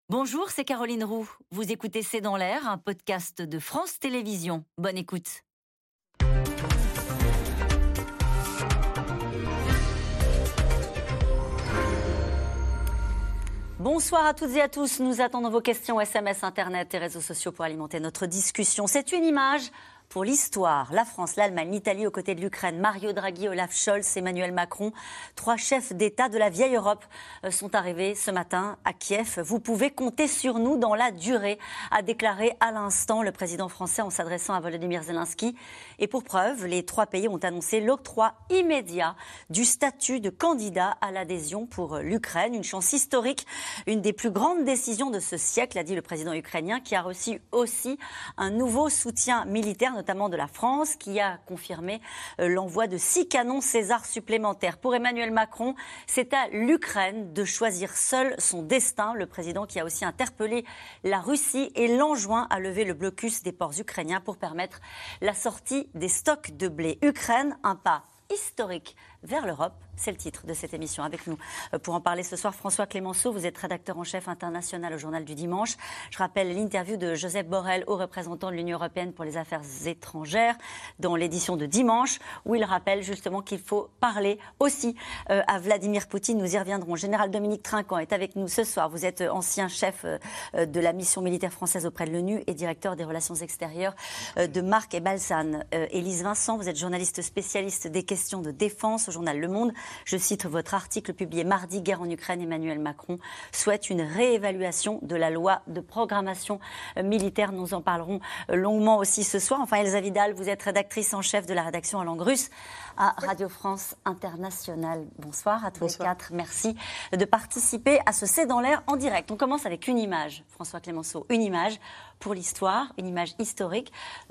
Bonjour, c'est Caroline Roux. Vous écoutez C'est dans l'air, un podcast de France Télévisions. Bonne écoute. Bonsoir à toutes et à tous. Nous attendons vos questions SMS, Internet et réseaux sociaux pour alimenter notre discussion. C'est une image pour l'histoire. La France, l'Allemagne, l'Italie aux côtés de l'Ukraine. Mario Draghi, Olaf Scholz, Emmanuel Macron. 3 chefs d'État de la vieille Europe sont arrivés ce matin à Kiev. Vous pouvez compter sur nous dans la durée, a déclaré à l'instant le président français en s'adressant à Volodymyr Zelensky. Et pour preuve, les 3 pays ont annoncé l'octroi immédiat du statut de candidat à l'adhésion pour l'Ukraine. Une chance historique, une des plus grandes décisions de ce siècle, a dit le président ukrainien, qui a reçu aussi un nouveau soutien militaire, notamment de la France, qui a confirmé l'envoi de 6 canons César supplémentaires. Pour Emmanuel Macron, c'est à l'Ukraine de choisir seule son destin. Le président qui a aussi interpellé la Russie et l'enjoint à lever le blocus des ports ukrainiens pour permettre la sortie des stocks de blé. Ukraine, un pas historique vers l'Europe. C'est le titre de cette émission. Avec nous pour en parler ce soir, François Clémenceau, vous êtes rédacteur en chef international au Journal du Dimanche. Je rappelle l'interview de Joseph Borrell, haut représentant de l'Union européenne pour les affaires étrangères, dans l'édition de dimanche, où il rappelle justement qu'il faut parler aussi à Vladimir Poutine. Nous y reviendrons. Général Dominique Trinquant est avec nous ce soir. Vous êtes ancien chef de la mission militaire française auprès de l'ONU et directeur des relations extérieures de Marc et Balsan. Élise Vincent, vous êtes journaliste spécialiste des questions de défense au journal Le Monde. Je cite votre article publié mardi, Guerre en Ukraine, Emmanuel Macron souhaite une réévaluation de la loi de programmation militaire. Nous en parlerons longuement aussi ce soir. Enfin, Elsa Vidal, vous êtes rédactrice en chef de la rédaction en langue russe à Radio France Internationale. Bonsoir à tous les 4. Merci de participer à ce C'est dans l'air en direct. On commence avec une image, François Clémenceau, une image pour l'histoire, une image historique.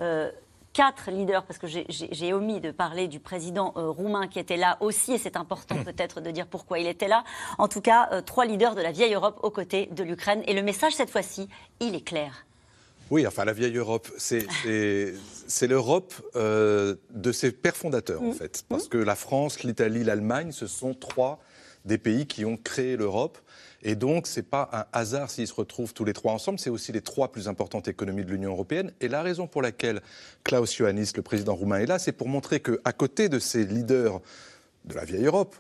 4 leaders, parce que j'ai omis de parler du président roumain qui était là aussi, et c'est important peut-être de dire pourquoi il était là. En tout cas, 3 leaders de la vieille Europe aux côtés de l'Ukraine. Et le message, cette fois-ci, il est clair. Oui, enfin, la vieille Europe, c'est l'Europe de ses pères fondateurs, en fait. Parce que la France, l'Italie, l'Allemagne, ce sont 3 des pays qui ont créé l'Europe. Et donc, ce n'est pas un hasard s'ils se retrouvent tous les 3 ensemble. C'est aussi les 3 plus importantes économies de l'Union européenne. Et la raison pour laquelle Klaus Iohannis, le président roumain, est là, c'est pour montrer qu'à côté de ces leaders de la vieille Europe,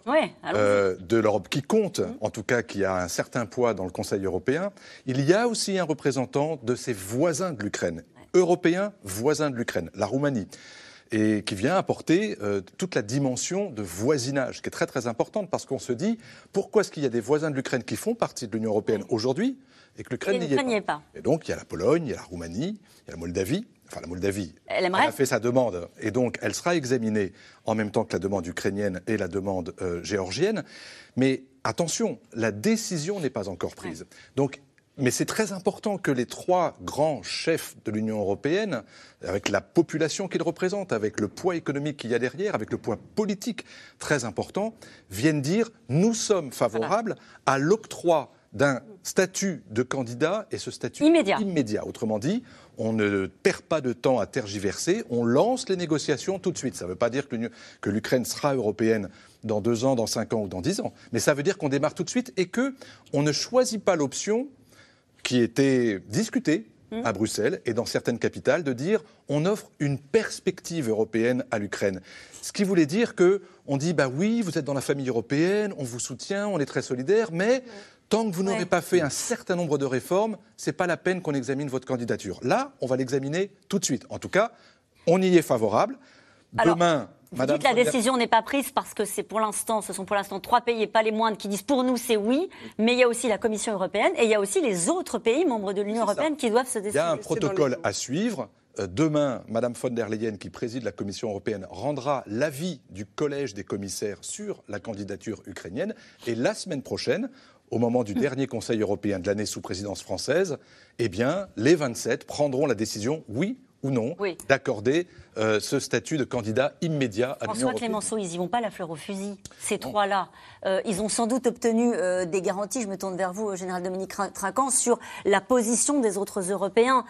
de l'Europe qui compte, en tout cas qui a un certain poids dans le Conseil européen, il y a aussi un représentant de ses voisins de l'Ukraine, européens voisins de l'Ukraine, la Roumanie, et qui vient apporter toute la dimension de voisinage, qui est très très importante, parce qu'on se dit, pourquoi est-ce qu'il y a des voisins de l'Ukraine qui font partie de l'Union européenne aujourd'hui, et que l'Ukraine n'y est pas. Et donc il y a la Pologne, il y a la Roumanie, il y a la Moldavie. Enfin, la Moldavie, elle a fait sa demande, et donc elle sera examinée en même temps que la demande ukrainienne et la demande géorgienne. Mais attention, la décision n'est pas encore prise. Donc, mais c'est très important que les 3 grands chefs de l'Union européenne, avec la population qu'ils représentent, avec le poids économique qu'il y a derrière, avec le poids politique très important, viennent dire « nous sommes favorables à l'octroi d'un statut de candidat, et ce statut immédiat. Autrement dit, on ne perd pas de temps à tergiverser, on lance les négociations tout de suite. Ça ne veut pas dire que l'Ukraine sera européenne dans 2 ans, dans 5 ans ou dans 10 ans, mais ça veut dire qu'on démarre tout de suite et qu'on ne choisit pas l'option qui était discutée à Bruxelles et dans certaines capitales, de dire on offre une perspective européenne à l'Ukraine. Ce qui voulait dire qu'on dit bah oui, vous êtes dans la famille européenne, on vous soutient, on est très solidaire, mais tant que vous n'aurez pas fait un certain nombre de réformes, ce n'est pas la peine qu'on examine votre candidature. Là, on va l'examiner tout de suite. En tout cas, on y est favorable. Demain, vous dites la décision n'est pas prise parce que ce sont pour l'instant 3 pays et pas les moindres qui disent pour nous c'est oui, mais il y a aussi la Commission européenne et il y a aussi les autres pays membres de l'Union européenne qui doivent se décider. Il y a un protocole à suivre. Demain, Mme von der Leyen, qui préside la Commission européenne, rendra l'avis du collège des commissaires sur la candidature ukrainienne. Et la semaine prochaine, au moment du dernier Conseil européen de l'année sous présidence française, eh bien, les 27 prendront la décision, oui ou non, d'accorder ce statut de candidat immédiat à l'Union européenne. François Clémenceau, ils n'y vont pas la fleur au fusil, ces trois-là. Ils ont sans doute obtenu des garanties, je me tourne vers vous, général Dominique Trinquant, sur la position des autres Européens.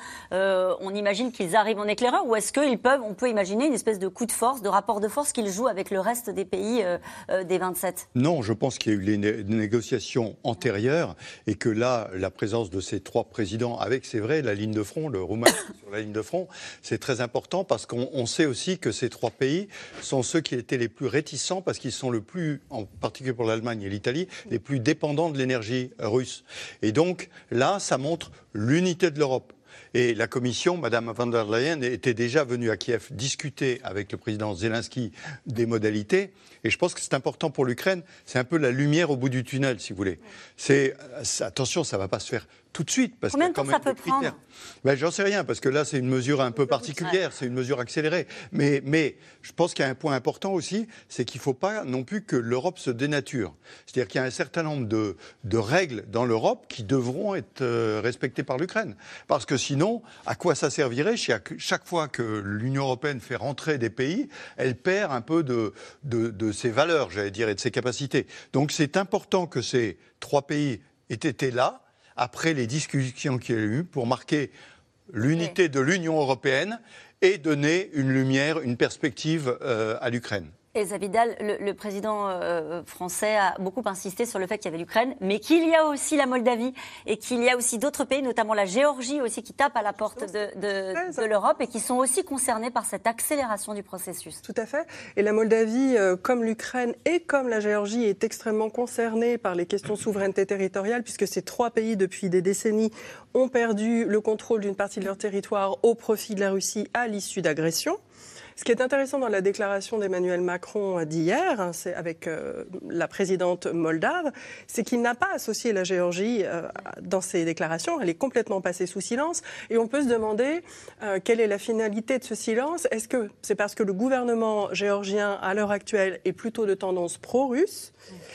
On imagine qu'ils arrivent en éclaireur, ou est-ce on peut imaginer une espèce de coup de force, de rapport de force qu'ils jouent avec le reste des pays des 27 ? Non, je pense qu'il y a eu des négociations antérieures et que là, la présence de ces trois présidents, avec, c'est vrai, la ligne de front, le Roumain sur la ligne de front, c'est très important parce qu'on sait aussi que ces trois pays sont ceux qui étaient les plus réticents parce qu'ils sont le plus, en particulier pour l'Allemagne et l'Italie, les plus dépendants de l'énergie russe. Et donc là, ça montre l'unité de l'Europe. Et la Commission, Mme von der Leyen, était déjà venue à Kiev discuter avec le président Zelensky des modalités. Et je pense que c'est important pour l'Ukraine. C'est un peu la lumière au bout du tunnel, si vous voulez. Attention, ça ne va pas se faire tout de suite. Parce Combien de temps ça peut prendre ? J'en sais rien, parce que là, c'est une mesure un peu particulière, c'est une mesure accélérée. Mais je pense qu'il y a un point important aussi, c'est qu'il ne faut pas non plus que l'Europe se dénature. C'est-à-dire qu'il y a un certain nombre de règles dans l'Europe qui devront être respectées par l'Ukraine. Parce que sinon, à quoi ça servirait ? Chaque fois que l'Union européenne fait rentrer des pays, elle perd un peu de ses valeurs, j'allais dire, et de ses capacités. Donc c'est important que ces trois pays aient été là, après les discussions qu'il y a eu, pour marquer l'unité de l'Union européenne et donner une lumière, une perspective à l'Ukraine. Elsa Vidal, le président français a beaucoup insisté sur le fait qu'il y avait l'Ukraine, mais qu'il y a aussi la Moldavie et qu'il y a aussi d'autres pays, notamment la Géorgie aussi, qui tapent à la porte de l'Europe et qui sont aussi concernés par cette accélération du processus. Tout à fait. Et la Moldavie, comme l'Ukraine et comme la Géorgie, est extrêmement concernée par les questions de souveraineté territoriale, puisque ces trois pays, depuis des décennies, ont perdu le contrôle d'une partie de leur territoire au profit de la Russie à l'issue d'agressions. Ce qui est intéressant dans la déclaration d'Emmanuel Macron d'hier, c'est avec la présidente moldave, c'est qu'il n'a pas associé la Géorgie dans ses déclarations. Elle est complètement passée sous silence. Et on peut se demander quelle est la finalité de ce silence. Est-ce que c'est parce que le gouvernement géorgien, à l'heure actuelle, est plutôt de tendance pro-russe ?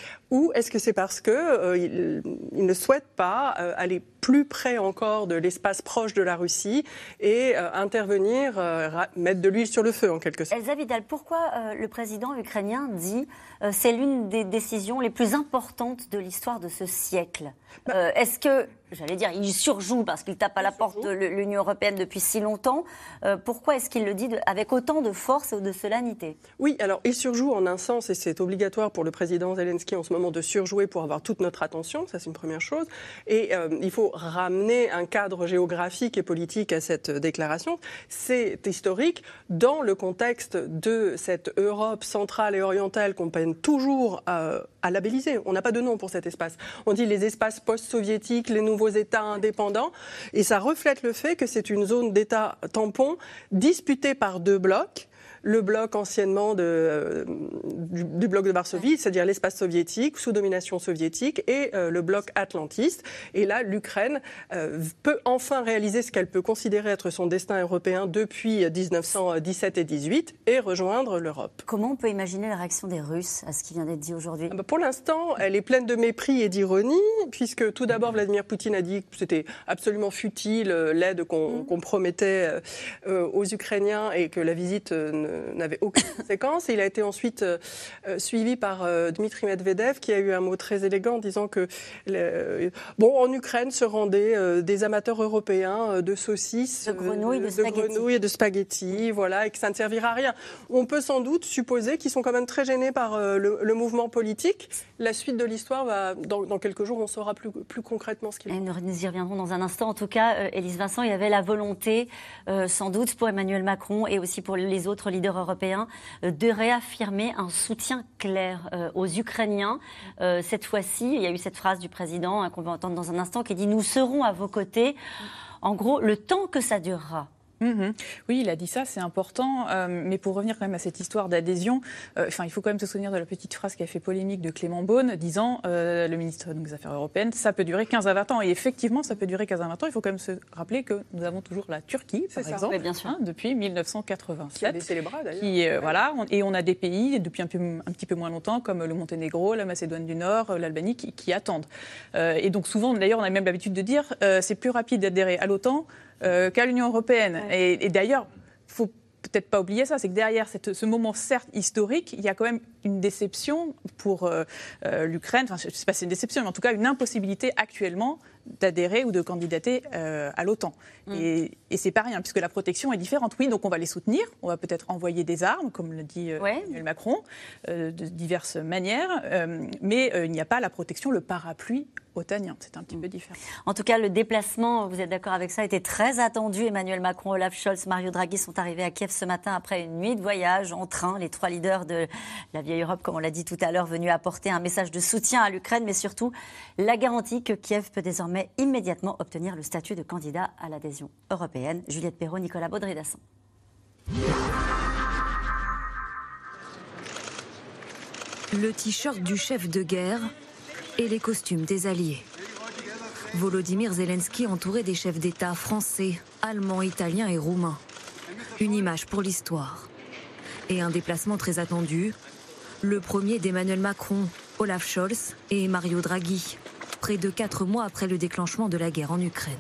Ou est-ce que c'est parce qu'il ne souhaite pas aller plus près encore de l'espace proche de la Russie et intervenir, mettre de l'huile sur le feu en quelque sorte? Elsa Vidal, pourquoi le président ukrainien dit c'est l'une des décisions les plus importantes de l'histoire de ce siècle? Est-ce que, j'allais dire, il surjoue parce qu'il tape à la porte de l'Union européenne depuis si longtemps? Pourquoi est-ce qu'il le dit avec autant de force et de solennité? Oui, alors il surjoue en un sens, et c'est obligatoire pour le président Zelensky en ce moment de surjouer pour avoir toute notre attention, ça c'est une première chose. Et il faut ramener un cadre géographique et politique à cette déclaration. C'est historique dans le contexte de cette Europe centrale et orientale qu'on peine toujours à labelliser. On n'a pas de nom pour cet espace. On dit les espaces post-soviétiques, les nouveaux États indépendants, et ça reflète le fait que c'est une zone d'État tampon disputée par deux blocs. Le bloc anciennement du bloc de Varsovie, c'est-à-dire l'espace soviétique, sous domination soviétique, et le bloc atlantiste. Et là, l'Ukraine peut enfin réaliser ce qu'elle peut considérer être son destin européen depuis 1917 et 18 et rejoindre l'Europe. Comment on peut imaginer la réaction des Russes à ce qui vient d'être dit aujourd'hui? Pour l'instant, elle est pleine de mépris et d'ironie, puisque tout d'abord, Vladimir Poutine a dit que c'était absolument futile, l'aide qu'on promettait aux Ukrainiens et que la visite n'avait aucune conséquence. Il a été ensuite suivi par Dmitri Medvedev, qui a eu un mot très élégant disant que en Ukraine se rendaient des amateurs européens de saucisses, de grenouilles et de spaghettis, voilà, et que ça ne servira à rien. On peut sans doute supposer qu'ils sont quand même très gênés par le mouvement politique. La suite de l'histoire, dans quelques jours, on saura plus concrètement ce qu'il est. Nous y reviendrons dans un instant. En tout cas, Élise Vincent, il y avait la volonté, sans doute pour Emmanuel Macron et aussi pour les autres leaders européens, de réaffirmer un soutien clair aux Ukrainiens. Cette fois-ci, il y a eu cette phrase du président qu'on va entendre dans un instant qui dit « Nous serons à vos côtés ». En gros, le temps que ça durera. Oui, il a dit ça, c'est important. Mais pour revenir quand même à cette histoire d'adhésion, il faut quand même se souvenir de la petite phrase qui a fait polémique de Clément Beaune, disant, le ministre des Affaires européennes, ça peut durer 15 à 20 ans. Et effectivement, ça peut durer 15 à 20 ans. Il faut quand même se rappeler que nous avons toujours la Turquie, par exemple, oui, bien sûr. depuis 1987. Qui a baissé les bras, d'ailleurs. Voilà, et on a des pays, depuis un petit peu moins longtemps, comme le Monténégro, la Macédoine du Nord, l'Albanie, qui attendent. Et donc souvent, d'ailleurs, on a même l'habitude de dire, c'est plus rapide d'adhérer à l'OTAN qu'à l'Union européenne. Et d'ailleurs, il faut peut-être pas oublier ça, c'est que derrière ce moment certes historique, il y a quand même une déception pour l'Ukraine, enfin je ne sais pas si c'est une déception, mais en tout cas une impossibilité actuellement d'adhérer ou de candidater à l'OTAN. Et c'est pas rien, puisque la protection est différente. Oui, donc on va les soutenir, on va peut-être envoyer des armes, comme l'a dit Emmanuel Macron, de diverses manières, mais il n'y a pas la protection, le parapluie otanien. C'est un petit peu différent. En tout cas, le déplacement, vous êtes d'accord avec ça, était très attendu. Emmanuel Macron, Olaf Scholz, Mario Draghi sont arrivés à Kiev ce matin après une nuit de voyage en train. Les 3 leaders de la vieille Europe, comme on l'a dit tout à l'heure, venus apporter un message de soutien à l'Ukraine, mais surtout la garantie que Kiev peut désormais immédiatement obtenir le statut de candidat à l'adhésion européenne. Juliette Perrault, Nicolas Baudry-Dasson. Le t-shirt du chef de guerre et les costumes des alliés. Volodymyr Zelensky entouré des chefs d'État français, allemands, italiens et roumains. Une image pour l'histoire. Et un déplacement très attendu, le premier d'Emmanuel Macron, Olaf Scholz et Mario Draghi, près de 4 mois après le déclenchement de la guerre en Ukraine.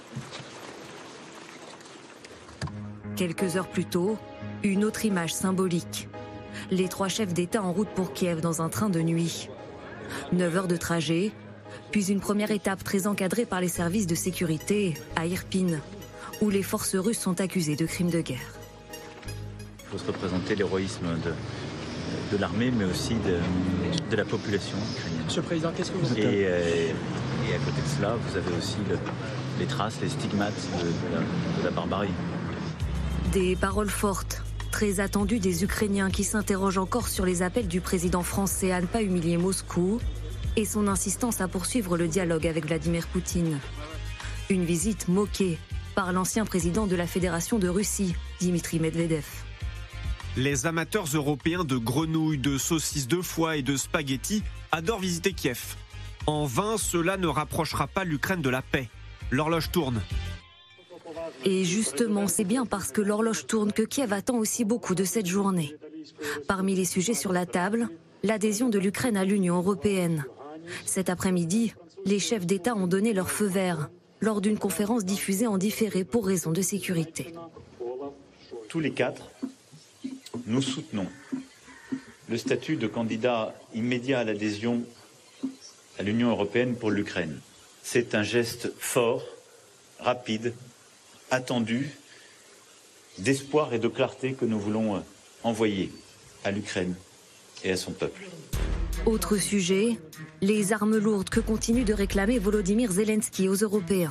Quelques heures plus tôt, une autre image symbolique. Les 3 chefs d'État en route pour Kiev dans un train de nuit. 9 heures de trajet, puis une première étape très encadrée par les services de sécurité à Irpin, où les forces russes sont accusées de crimes de guerre. Il faut se représenter l'héroïsme de l'armée, mais aussi de la population ukrainienne. Monsieur le Président, qu'est-ce que vous et à côté de cela, vous avez aussi les traces, les stigmates de la barbarie. Des paroles fortes, très attendues des Ukrainiens qui s'interrogent encore sur les appels du président français à ne pas humilier Moscou et son insistance à poursuivre le dialogue avec Vladimir Poutine. Une visite moquée par l'ancien président de la Fédération de Russie, Dimitri Medvedev. Les amateurs européens de grenouilles, de saucisses de foie et de spaghettis adorent visiter Kiev. En vain, cela ne rapprochera pas l'Ukraine de la paix. L'horloge tourne. Et justement, c'est bien parce que l'horloge tourne que Kiev attend aussi beaucoup de cette journée. Parmi les sujets sur la table, l'adhésion de l'Ukraine à l'Union européenne. Cet après-midi, les chefs d'État ont donné leur feu vert lors d'une conférence diffusée en différé pour raisons de sécurité. Tous les 4, nous soutenons le statut de candidat immédiat à l'adhésion à l'Union européenne pour l'Ukraine. C'est un geste fort, rapide, attendu, d'espoir et de clarté que nous voulons envoyer à l'Ukraine et à son peuple. Autre sujet, les armes lourdes que continue de réclamer Volodymyr Zelensky aux Européens.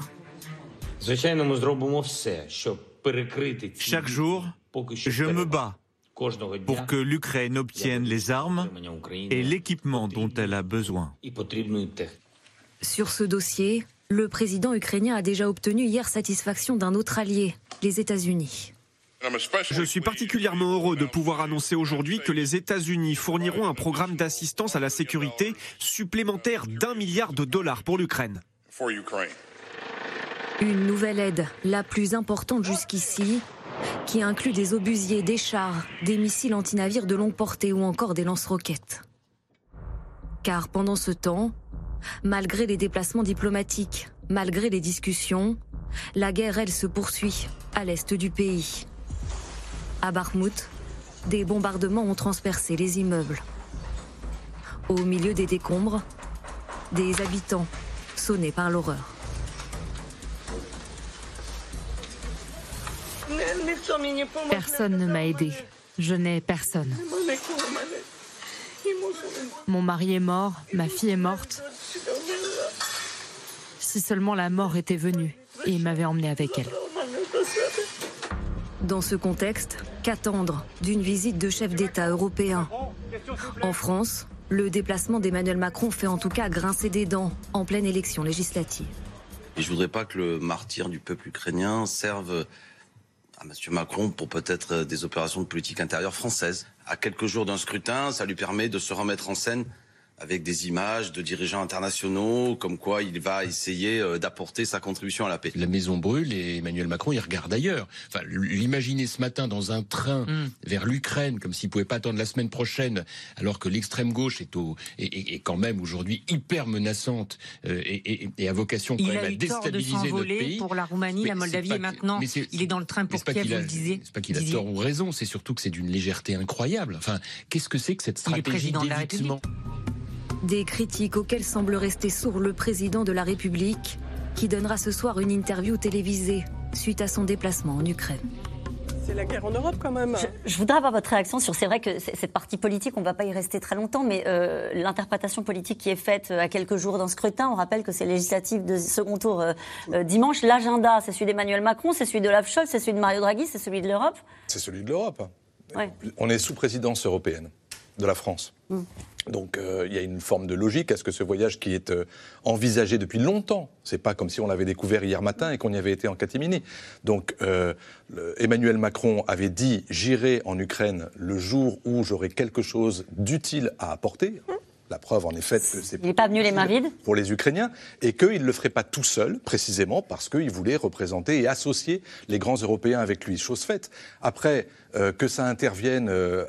Chaque jour, je me bats pour que l'Ukraine obtienne les armes et l'équipement dont elle a besoin. Sur ce dossier, le président ukrainien a déjà obtenu hier satisfaction d'un autre allié, les États-Unis. Je suis particulièrement heureux de pouvoir annoncer aujourd'hui que les États-Unis fourniront un programme d'assistance à la sécurité supplémentaire d'$1 milliard pour l'Ukraine. Une nouvelle aide, la plus importante jusqu'ici, qui inclut des obusiers, des chars, des missiles antinavires de longue portée ou encore des lance-roquettes. Car pendant ce temps, malgré les déplacements diplomatiques, malgré les discussions, la guerre, elle, se poursuit à l'est du pays. À Bakhmout, des bombardements ont transpercé les immeubles. Au milieu des décombres, des habitants sonnés par l'horreur. Personne ne m'a aidé. Je n'ai personne. Mon mari est mort, ma fille est morte. Si seulement la mort était venue et m'avait emmenée avec elle. Dans ce contexte, qu'attendre d'une visite de chef d'État européen ? En France, le déplacement d'Emmanuel Macron fait en tout cas grincer des dents en pleine élection législative. Et je ne voudrais pas que le martyre du peuple ukrainien serve à M. Macron pour peut-être des opérations de politique intérieure française. À quelques jours d'un scrutin, ça lui permet de se remettre en scène avec des images de dirigeants internationaux, comme quoi il va essayer d'apporter sa contribution à la paix. La maison brûle et Emmanuel Macron, il regarde ailleurs. Enfin, l'imaginer ce matin dans un train vers l'Ukraine, comme s'il ne pouvait pas attendre la semaine prochaine, alors que l'extrême gauche est quand même aujourd'hui hyper menaçante et a vocation quand même à déstabiliser notre pays. Pour la Roumanie, la Moldavie, et maintenant il est dans le train pour Kiev, vous le disiez. C'est pas qu'il a tort ou raison, c'est surtout que c'est d'une légèreté incroyable. Enfin, qu'est-ce que c'est que cette stratégie d'évitement ? Des critiques auxquelles semble rester sourd le président de la République, qui donnera ce soir une interview télévisée suite à son déplacement en Ukraine. C'est la guerre en Europe quand même. Je voudrais avoir votre réaction sur, c'est vrai que cette partie politique, on ne va pas y rester très longtemps, mais l'interprétation politique qui est faite à quelques jours d'un scrutin, on rappelle que c'est législatif de second tour dimanche. L'agenda, c'est celui d'Emmanuel Macron, c'est celui de Olaf Scholz, c'est celui de Mario Draghi, c'est celui de l'Europe. C'est celui de l'Europe. Ouais. On est sous présidence européenne de la France. Donc il y a une forme de logique à ce que ce voyage qui est envisagé depuis longtemps, c'est pas comme si on l'avait découvert hier matin et qu'on y avait été en catimini. Donc Emmanuel Macron avait dit « J'irai en Ukraine le jour où j'aurai quelque chose d'utile à apporter ». La preuve, en effet, que c'est il n'est pas venu les mains vides pour les Ukrainiens et qu'il ne le ferait pas tout seul, précisément parce qu'il voulait représenter et associer les grands Européens avec lui. Chose faite. Après, que ça intervienne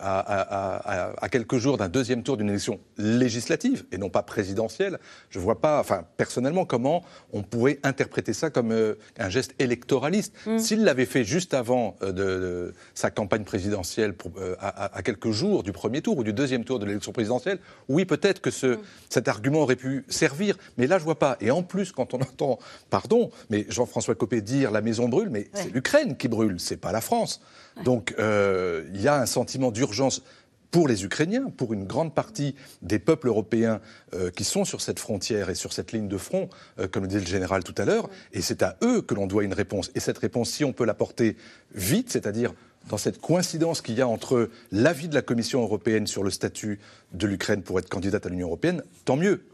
à quelques jours d'un deuxième tour d'une élection législative et non pas présidentielle, je ne vois pas, enfin, personnellement, comment on pourrait interpréter ça comme un geste électoraliste. S'il l'avait fait juste avant de sa campagne présidentielle, à quelques jours du premier tour ou du deuxième tour de l'élection présidentielle, oui, peut-être que cet argument aurait pu servir, mais là, je ne vois pas. Et en plus, quand on entend, pardon, mais Jean-François Copé dire « la maison brûle », mais c'est l'Ukraine qui brûle, ce n'est pas la France. Donc, il y a un sentiment d'urgence pour les Ukrainiens, pour une grande partie des peuples européens qui sont sur cette frontière et sur cette ligne de front, comme le disait le général tout à l'heure, et c'est à eux que l'on doit une réponse. Et cette réponse, si on peut l'apporter vite, c'est-à-dire dans cette coïncidence qu'il y a entre l'avis de la Commission européenne sur le statut de l'Ukraine pour être candidate à l'Union européenne, tant mieux.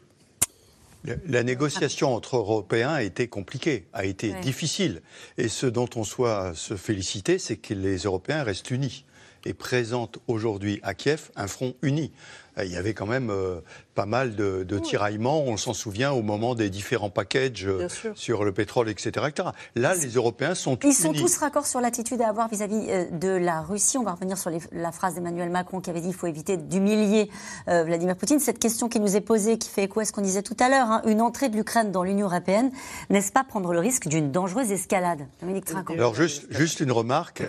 La négociation entre Européens a été compliquée, a été difficile. Et ce dont on doit se féliciter, c'est que les Européens restent unis et présentent aujourd'hui à Kiev un front uni. Il y avait quand même pas mal de tiraillements, on s'en souvient, au moment des différents packages sur le pétrole, etc., etc. Là, les Européens sont tous unis. Ils sont tous raccords sur l'attitude à avoir vis-à-vis de la Russie. On va revenir sur la phrase d'Emmanuel Macron qui avait dit qu'il faut éviter d'humilier Vladimir Poutine. Cette question qui nous est posée, qui fait écho à ce qu'on disait tout à l'heure, hein, une entrée de l'Ukraine dans l'Union européenne, n'est-ce pas prendre le risque d'une dangereuse escalade? Dominique Trinquant. Alors juste une remarque,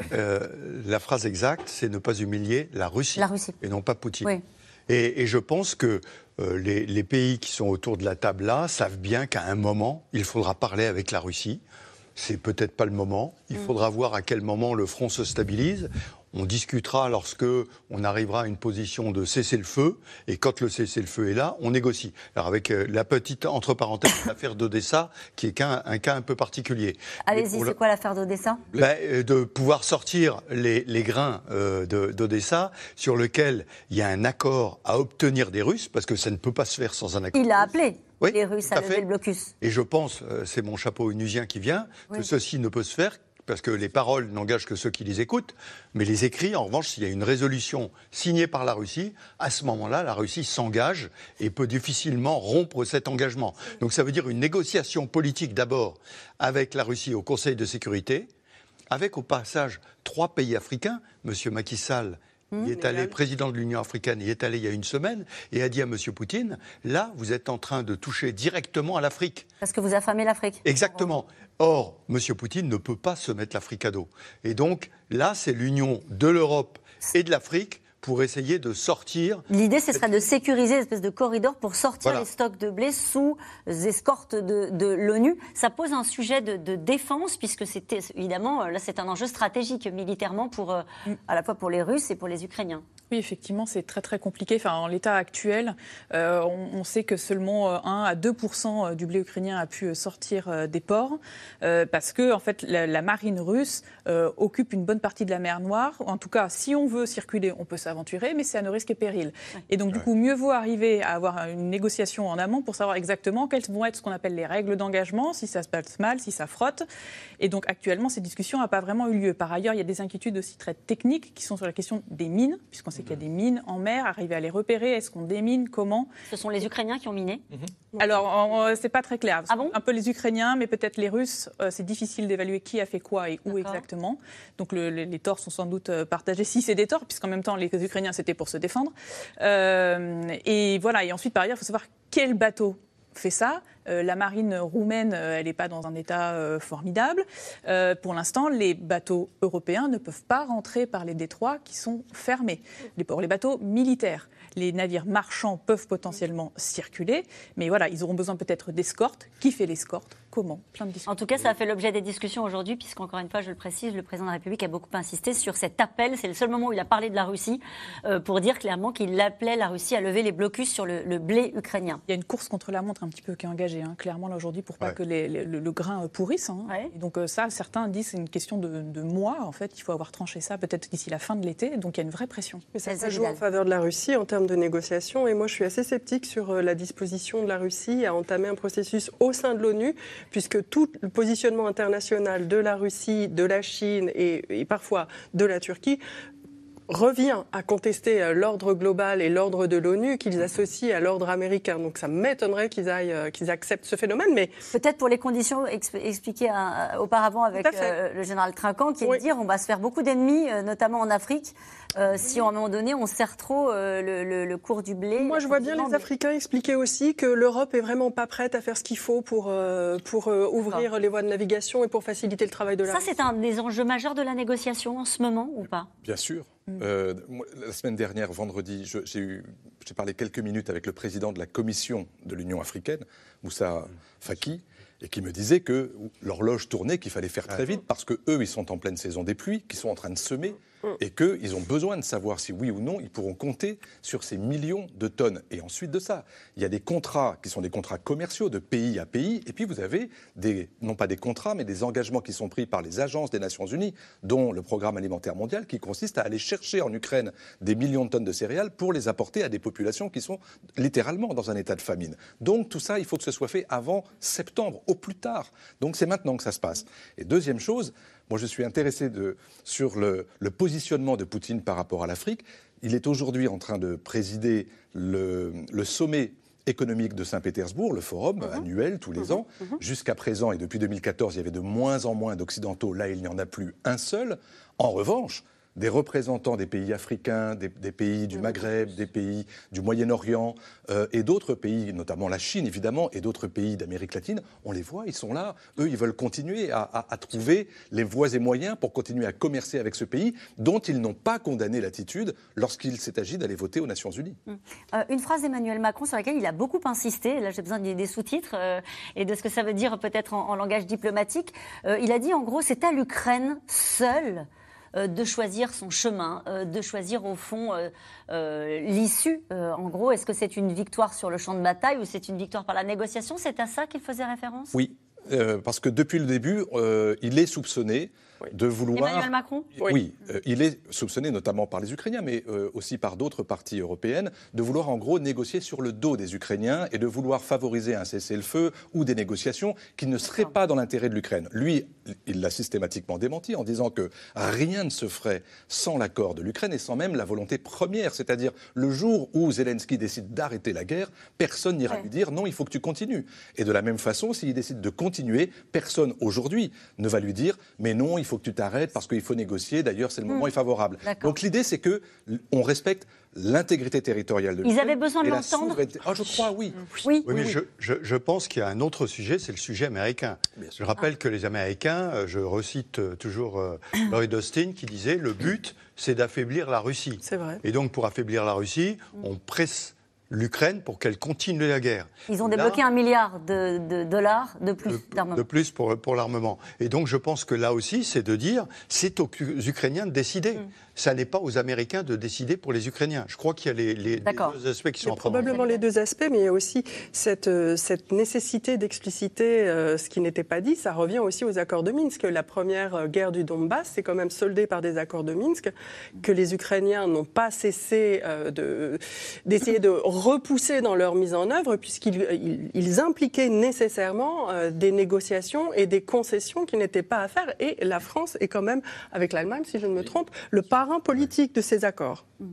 la phrase exacte, c'est ne pas humilier la Russie. Et non pas Poutine. Oui. Et je pense que les pays qui sont autour de la table là savent bien qu'à un moment, il faudra parler avec la Russie. C'est peut-être pas le moment. Il faudra voir à quel moment le front se stabilise. On discutera lorsque on arrivera à une position de cessez-le-feu. Et quand le cessez-le-feu est là, on négocie. Alors avec la petite, entre parenthèses, l'affaire d'Odessa, qui est un cas un peu particulier. Allez-y, c'est quoi l'affaire d'Odessa? De pouvoir sortir les grains d'Odessa, sur lequel il y a un accord à obtenir des Russes, parce que ça ne peut pas se faire sans un accord. Il a appelé les Russes à lever le blocus. Et je pense, c'est mon chapeau onusien qui vient, que ceci ne peut se faire parce que les paroles n'engagent que ceux qui les écoutent, mais les écrits, en revanche, s'il y a une résolution signée par la Russie, à ce moment-là, la Russie s'engage et peut difficilement rompre cet engagement. Donc ça veut dire une négociation politique d'abord avec la Russie au Conseil de sécurité, avec au passage 3 pays africains, M. Macky Sall, il est allé, président de l'Union africaine, il est allé il y a une semaine et a dit à M. Poutine, là, vous êtes en train de toucher directement à l'Afrique. Parce que vous affamez l'Afrique. Exactement. Or, M. Poutine ne peut pas se mettre l'Afrique à dos. Et donc, là, c'est l'union de l'Europe et de l'Afrique pour essayer de sortir... L'idée, ce serait de sécuriser une espèce de corridor pour sortir les stocks de blé sous escorte de l'ONU. Ça pose un sujet de défense, puisque c'était évidemment, là, c'est un enjeu stratégique militairement à la fois pour les Russes et pour les Ukrainiens. Oui, effectivement, c'est très très compliqué. Enfin, en l'état actuel, on sait que seulement 1 à 2% du blé ukrainien a pu sortir des ports, parce que en fait, la marine russe occupe une bonne partie de la mer Noire. En tout cas, si on veut circuler, on peut s'aventurer, mais c'est à nos risques et périls. Et donc, du coup, mieux vaut arriver à avoir une négociation en amont pour savoir exactement quelles vont être ce qu'on appelle les règles d'engagement, si ça se passe mal, si ça frotte. Et donc, actuellement, ces discussions n'ont pas vraiment eu lieu. Par ailleurs, il y a des inquiétudes aussi très techniques qui sont sur la question des mines, puisqu'on sait sait qu'il y a des mines en mer, arriver à les repérer, est-ce qu'on démine, comment? Ce sont les Ukrainiens qui ont miné? Alors, c'est pas très clair. Ah bon? Un peu les Ukrainiens, mais peut-être les Russes. C'est difficile d'évaluer qui a fait quoi et où exactement. Donc les torts sont sans doute partagés, si c'est des torts, puisqu'en même temps, les Ukrainiens, c'était pour se défendre. Et voilà. Et ensuite, par ailleurs, il faut savoir quel bateau fait ça. La marine roumaine, elle n'est pas dans un état formidable. Pour l'instant, les bateaux européens ne peuvent pas rentrer par les détroits qui sont fermés. Pour les bateaux militaires, les navires marchands peuvent potentiellement circuler, mais voilà, ils auront besoin peut-être d'escorte. Qui fait l'escorte? Comment? Plein de discussions. En tout cas, ça a fait l'objet des discussions aujourd'hui, puisqu'encore une fois, je le précise, le président de la République a beaucoup insisté sur cet appel. C'est le seul moment où il a parlé de la Russie, pour dire clairement qu'il appelait la Russie à lever les blocus sur le blé ukrainien. Il y a une course contre la montre un petit peu qui est engagée, clairement, là, aujourd'hui, pour pas que le grain pourrisse. Et donc ça, certains disent que c'est une question de mois, en fait. Il faut avoir tranché ça peut-être d'ici la fin de l'été. Donc il y a une vraie pression. Mais ça joue en faveur de la Russie en termes de négociation. Et moi, je suis assez sceptique sur la disposition de la Russie à entamer un processus au sein de l'ONU, puisque tout le positionnement international de la Russie, de la Chine et parfois de la Turquie revient à contester l'ordre global et l'ordre de l'ONU qu'ils associent à l'ordre américain. Donc ça m'étonnerait qu'ils acceptent ce phénomène. Mais peut-être pour les conditions expliquées auparavant avec le général Trinquant, qui est de dire on va se faire beaucoup d'ennemis, notamment en Afrique, si à un moment donné on serre trop le cours du blé. Moi je vois bien les Africains expliquer aussi que l'Europe est vraiment pas prête à faire ce qu'il faut pour ouvrir les voies de navigation et pour faciliter le travail de la Russie. Ça c'est un des enjeux majeurs de la négociation en ce moment ou pas? Bien sûr. La semaine dernière, vendredi, j'ai parlé quelques minutes avec le président de la Commission de l'Union africaine, Moussa Faki, et qui me disait que l'horloge tournait, qu'il fallait faire très vite parce qu'eux, ils sont en pleine saison des pluies, qu'ils sont en train de semer et qu'ils ont besoin de savoir si oui ou non ils pourront compter sur ces millions de tonnes. Et ensuite de ça, il y a des contrats qui sont des contrats commerciaux de pays à pays, et puis vous avez non pas des contrats, mais des engagements qui sont pris par les agences des Nations Unies, dont le Programme alimentaire mondial, qui consiste à aller chercher en Ukraine des millions de tonnes de céréales pour les apporter à des populations qui sont littéralement dans un état de famine. Donc tout ça, il faut que ce soit fait avant septembre, au plus tard. Donc c'est maintenant que ça se passe. Et deuxième chose, moi je suis intéressé sur le positionnement de Poutine par rapport à l'Afrique. Il est aujourd'hui en train de présider le sommet économique de Saint-Pétersbourg, le forum annuel tous les ans. Jusqu'à présent, et depuis 2014, il y avait de moins en moins d'Occidentaux. Là, il n'y en a plus un seul. En revanche, des représentants des pays africains, des pays du Maghreb, des pays du Moyen-Orient et d'autres pays, notamment la Chine évidemment, et d'autres pays d'Amérique latine, on les voit, ils sont là. Eux, ils veulent continuer à trouver les voies et moyens pour continuer à commercer avec ce pays dont ils n'ont pas condamné l'attitude lorsqu'il s'est agi d'aller voter aux Nations Unies. Une phrase d'Emmanuel Macron sur laquelle il a beaucoup insisté, là j'ai besoin des sous-titres et de ce que ça veut dire peut-être en langage diplomatique. Il a dit en gros, c'est à l'Ukraine seule de choisir son chemin, de choisir au fond l'issue. En gros, est-ce que c'est une victoire sur le champ de bataille ou c'est une victoire par la négociation? C'est à ça qu'il faisait référence? Oui, parce que depuis le début, il est soupçonné de vouloir... Emmanuel Macron? Oui, il est soupçonné notamment par les Ukrainiens, mais aussi par d'autres parties européennes, de vouloir en gros négocier sur le dos des Ukrainiens et de vouloir favoriser un cessez-le-feu ou des négociations qui ne seraient pas dans l'intérêt de l'Ukraine. Lui, il l'a systématiquement démenti en disant que rien ne se ferait sans l'accord de l'Ukraine et sans même la volonté première, c'est-à-dire le jour où Zelensky décide d'arrêter la guerre, personne n'ira lui dire non, il faut que tu continues. Et de la même façon, s'il décide de continuer, personne aujourd'hui ne va lui dire mais non, il faut que tu t'arrêtes parce qu'il faut négocier, d'ailleurs c'est le moment est favorable. Donc l'idée c'est qu'on respecte l'intégrité territoriale de l'Ukraine. Ils avaient besoin de l'entendre. Je crois, oui. Oui, mais je pense qu'il y a un autre sujet, c'est le sujet américain. Je rappelle que les Américains, je recite toujours Lloyd Austin qui disait le but c'est d'affaiblir la Russie. C'est vrai. Et donc pour affaiblir la Russie, on presse l'Ukraine pour qu'elle continue la guerre. Ils ont débloqué 1 milliard de dollars de plus d'armement. De plus pour l'armement. Et donc je pense que là aussi, c'est de dire, c'est aux Ukrainiens de décider. Ça n'est pas aux Américains de décider pour les Ukrainiens. Je crois qu'il y a les deux aspects qui sont en train de... Probablement les deux aspects, mais il y a aussi cette nécessité d'expliciter ce qui n'était pas dit. Ça revient aussi aux accords de Minsk. La première guerre du Donbass, c'est quand même soldé par des accords de Minsk que les Ukrainiens n'ont pas cessé d'essayer de repousser dans leur mise en œuvre, puisqu'ils impliquaient nécessairement des négociations et des concessions qui n'étaient pas à faire. Et la France est quand même, avec l'Allemagne, si je ne me trompe, le parrain politique de ces accords.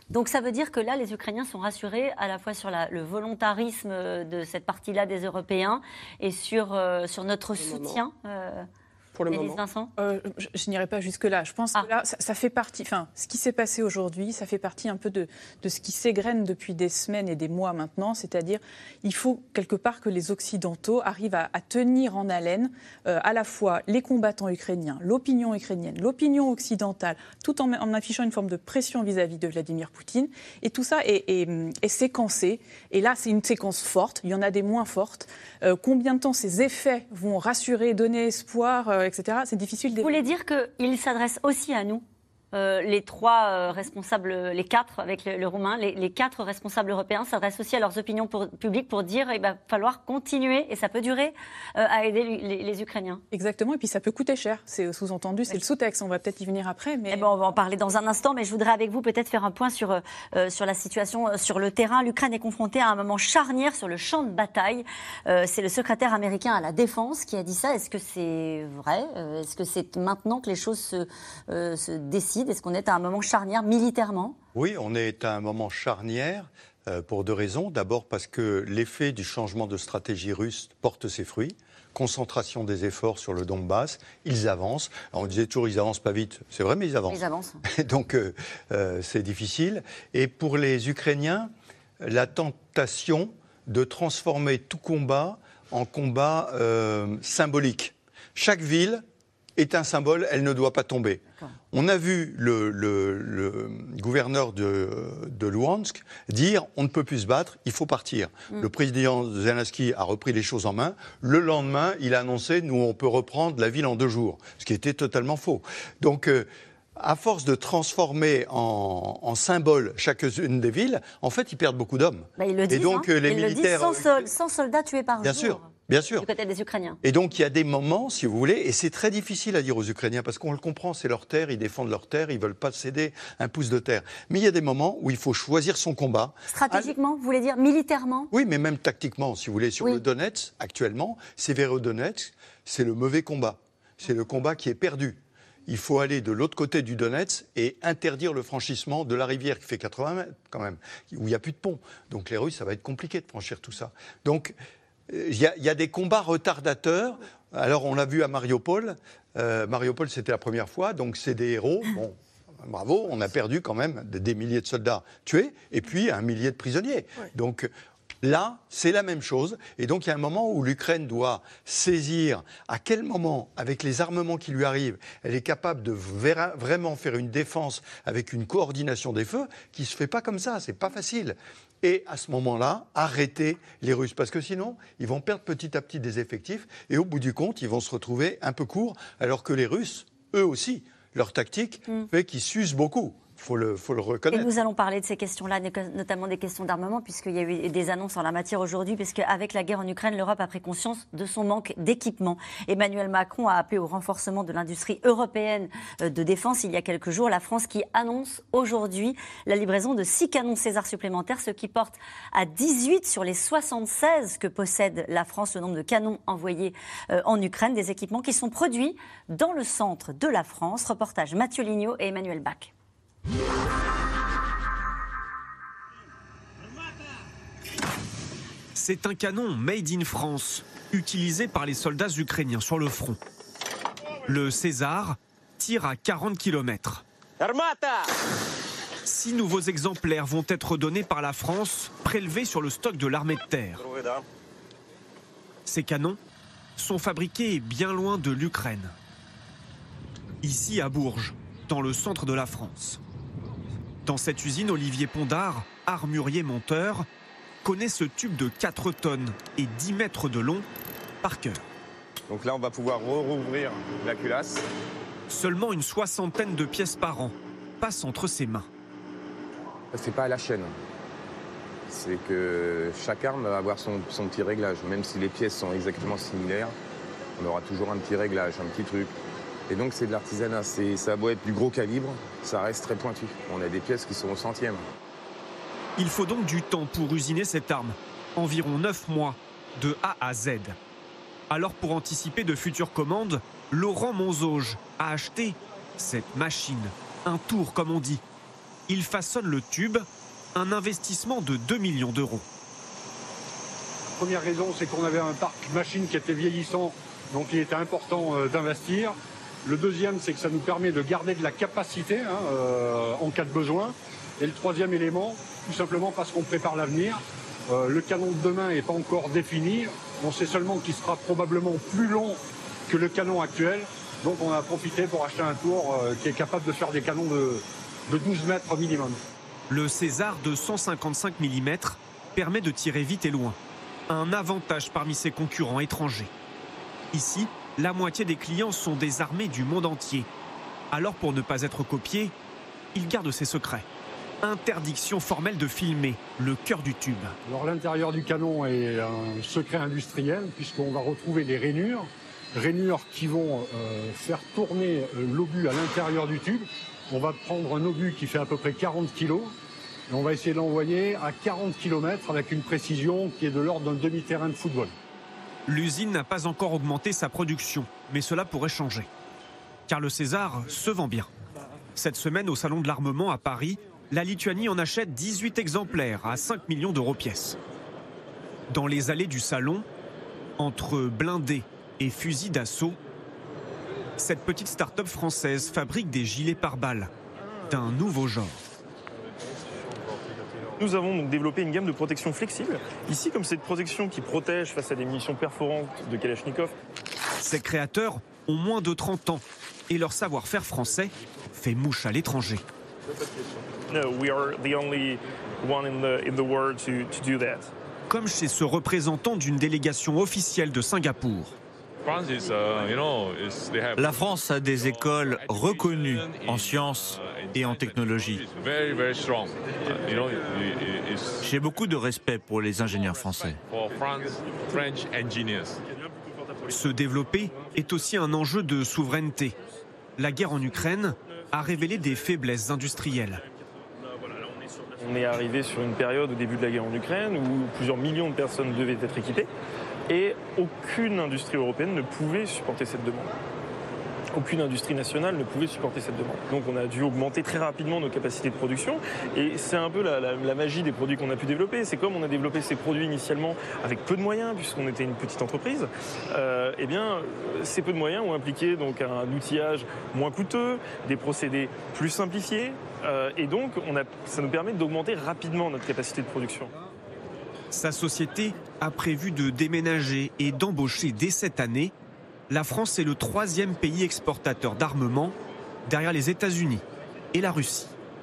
Donc ça veut dire que là, les Ukrainiens sont rassurés à la fois sur le volontarisme de cette partie-là des Européens et sur notre soutien pour le moment. Vincent, je n'irai pas jusque-là. Je pense que là, ça fait partie. Enfin, ce qui s'est passé aujourd'hui, ça fait partie un peu de ce qui s'égrène depuis des semaines et des mois maintenant. C'est-à-dire, il faut quelque part que les Occidentaux arrivent à tenir en haleine à la fois les combattants ukrainiens, l'opinion ukrainienne, l'opinion occidentale, tout en affichant une forme de pression vis-à-vis de Vladimir Poutine. Et tout ça est séquencé. Et là, c'est une séquence forte. Il y en a des moins fortes. Combien de temps ces effets vont rassurer, donner espoir, etc. C'est difficile de... Vous voulez dire qu'il s'adresse aussi à nous, les trois responsables, les quatre avec le Roumain, les quatre responsables européens s'adressent aussi à leurs opinions publiques pour dire qu'il va falloir continuer, et ça peut durer, à aider les Ukrainiens. Exactement, et puis ça peut coûter cher. C'est sous-entendu, c'est le sous-texte. On va peut-être y venir après. Mais... on va en parler dans un instant, mais je voudrais avec vous peut-être faire un point sur la situation sur le terrain. L'Ukraine est confrontée à un moment charnière sur le champ de bataille. C'est le secrétaire américain à la Défense qui a dit ça. Est-ce que c'est vrai ? Est-ce que c'est maintenant que les choses se décident ? Est-ce qu'on est à un moment charnière militairement ? Oui, on est à un moment charnière pour deux raisons. D'abord parce que l'effet du changement de stratégie russe porte ses fruits. Concentration des efforts sur le Donbass, ils avancent. Alors on disait toujours ils avancent pas vite, c'est vrai, mais ils avancent. Ils avancent. Donc c'est difficile. Et pour les Ukrainiens, la tentation de transformer tout combat en combat symbolique. Chaque ville est un symbole, elle ne doit pas tomber. On a vu le gouverneur de Luhansk dire on ne peut plus se battre, il faut partir. Le président Zelensky a repris les choses en main. Le lendemain, il a annoncé nous on peut reprendre la ville en 2 jours, ce qui était totalement faux. Donc à force de transformer en symbole chacune des villes, en fait, ils perdent beaucoup d'hommes. Ils le disent, et donc, les militaires... 100 soldats tués par jour. Bien sûr. Du côté des Ukrainiens. Et donc, il y a des moments, si vous voulez, et c'est très difficile à dire aux Ukrainiens, parce qu'on le comprend, c'est leur terre, ils défendent leur terre, ils ne veulent pas céder un pouce de terre. Mais il y a des moments où il faut choisir son combat. Stratégiquement, vous voulez dire militairement ? Oui, mais même tactiquement, si vous voulez. Sur le Donetsk, actuellement, Severodonetsk, c'est le mauvais combat. C'est le combat qui est perdu. Il faut aller de l'autre côté du Donetsk et interdire le franchissement de la rivière qui fait 80 mètres quand même, où il n'y a plus de pont. Donc les Russes, ça va être compliqué de franchir tout ça. Donc il y a des combats retardateurs. Alors on l'a vu à Mariupol. Mariupol, c'était la première fois, donc c'est des héros. Bon, bravo, on a perdu quand même des milliers de soldats tués et puis 1 millier de prisonniers. Ouais. Donc là, c'est la même chose. Et donc, il y a un moment où l'Ukraine doit saisir à quel moment, avec les armements qui lui arrivent, elle est capable de vraiment faire une défense avec une coordination des feux qui ne se fait pas comme ça. C'est pas facile. Et à ce moment-là, arrêter les Russes. Parce que sinon, ils vont perdre petit à petit des effectifs. Et au bout du compte, ils vont se retrouver un peu courts. Alors que les Russes, eux aussi, leur tactique fait qu'ils s'usent beaucoup. Faut le reconnaître. Et nous allons parler de ces questions-là, notamment des questions d'armement, puisqu'il y a eu des annonces en la matière aujourd'hui, puisqu'avec la guerre en Ukraine, l'Europe a pris conscience de son manque d'équipement. Emmanuel Macron a appelé au renforcement de l'industrie européenne de défense il y a quelques jours. La France qui annonce aujourd'hui la livraison de 6 canons César supplémentaires, ce qui porte à 18 sur les 76 que possède la France, le nombre de canons envoyés en Ukraine, des équipements qui sont produits dans le centre de la France. Reportage Mathieu Lignot et Emmanuel Bach. C'est un canon made in France, utilisé par les soldats ukrainiens sur le front. Le César tire à 40 km. 6 nouveaux exemplaires vont être donnés par la France, prélevés sur le stock de l'armée de terre. Ces canons sont fabriqués bien loin de l'Ukraine. Ici à Bourges, dans le centre de la France. Dans cette usine, Olivier Pondard, armurier monteur, connaît ce tube de 4 tonnes et 10 mètres de long par cœur. Donc là, on va pouvoir rouvrir la culasse. Seulement une 60aine de pièces par an passent entre ses mains. C'est pas à la chaîne. C'est que chaque arme va avoir son petit réglage. Même si les pièces sont exactement similaires, on aura toujours un petit réglage, un petit truc. Et donc c'est de l'artisanat, ça a beau être du gros calibre, ça reste très pointu. On a des pièces qui sont au centième. Il faut donc du temps pour usiner cette arme, environ 9 mois, de A à Z. Alors pour anticiper de futures commandes, Laurent Monzauge a acheté cette machine, un tour comme on dit. Il façonne le tube, un investissement de 2 millions d'euros. La première raison, c'est qu'on avait un parc machine qui était vieillissant, donc il était important d'investir. Le deuxième, c'est que ça nous permet de garder de la capacité en cas de besoin. Et le troisième élément, tout simplement parce qu'on prépare l'avenir. Le canon de demain n'est pas encore défini. On sait seulement qu'il sera probablement plus long que le canon actuel. Donc on a profité pour acheter un tour qui est capable de faire des canons de 12 mètres minimum. Le César de 155 mm permet de tirer vite et loin. Un avantage parmi ses concurrents étrangers. Ici, la moitié des clients sont des armées du monde entier. Alors pour ne pas être copié, il garde ses secrets. Interdiction formelle de filmer le cœur du tube. Alors l'intérieur du canon est un secret industriel puisqu'on va retrouver les rainures. Rainures qui vont faire tourner l'obus à l'intérieur du tube. On va prendre un obus qui fait à peu près 40 kg et on va essayer de l'envoyer à 40 km avec une précision qui est de l'ordre d'un demi-terrain de football. L'usine n'a pas encore augmenté sa production, mais cela pourrait changer. Car le César se vend bien. Cette semaine, au Salon de l'Armement à Paris, la Lituanie en achète 18 exemplaires à 5 millions d'euros pièce. Dans les allées du salon, entre blindés et fusils d'assaut, cette petite start-up française fabrique des gilets pare-balles d'un nouveau genre. Nous avons donc développé une gamme de protection flexible. Ici, comme c'est une protection qui protège face à des munitions perforantes de Kalachnikov. Ces créateurs ont moins de 30 ans et leur savoir-faire français fait mouche à l'étranger. Comme chez ce représentant d'une délégation officielle de Singapour. La France a des écoles reconnues en sciences et en technologie. J'ai beaucoup de respect pour les ingénieurs français. Se développer est aussi un enjeu de souveraineté. La guerre en Ukraine a révélé des faiblesses industrielles. On est arrivé sur une période au début de la guerre en Ukraine où plusieurs millions de personnes devaient être équipées. Et aucune industrie européenne ne pouvait supporter cette demande. Aucune industrie nationale ne pouvait supporter cette demande. Donc on a dû augmenter très rapidement nos capacités de production. Et c'est un peu la magie des produits qu'on a pu développer. C'est comme on a développé ces produits initialement avec peu de moyens, puisqu'on était une petite entreprise. Eh bien, ces peu de moyens ont impliqué donc un outillage moins coûteux, des procédés plus simplifiés. Et donc ça nous permet d'augmenter rapidement notre capacité de production. Sa société a prévu de déménager et d'embaucher dès cette année. La France est le 3e pays exportateur d'armement, derrière les États-Unis et la Russie.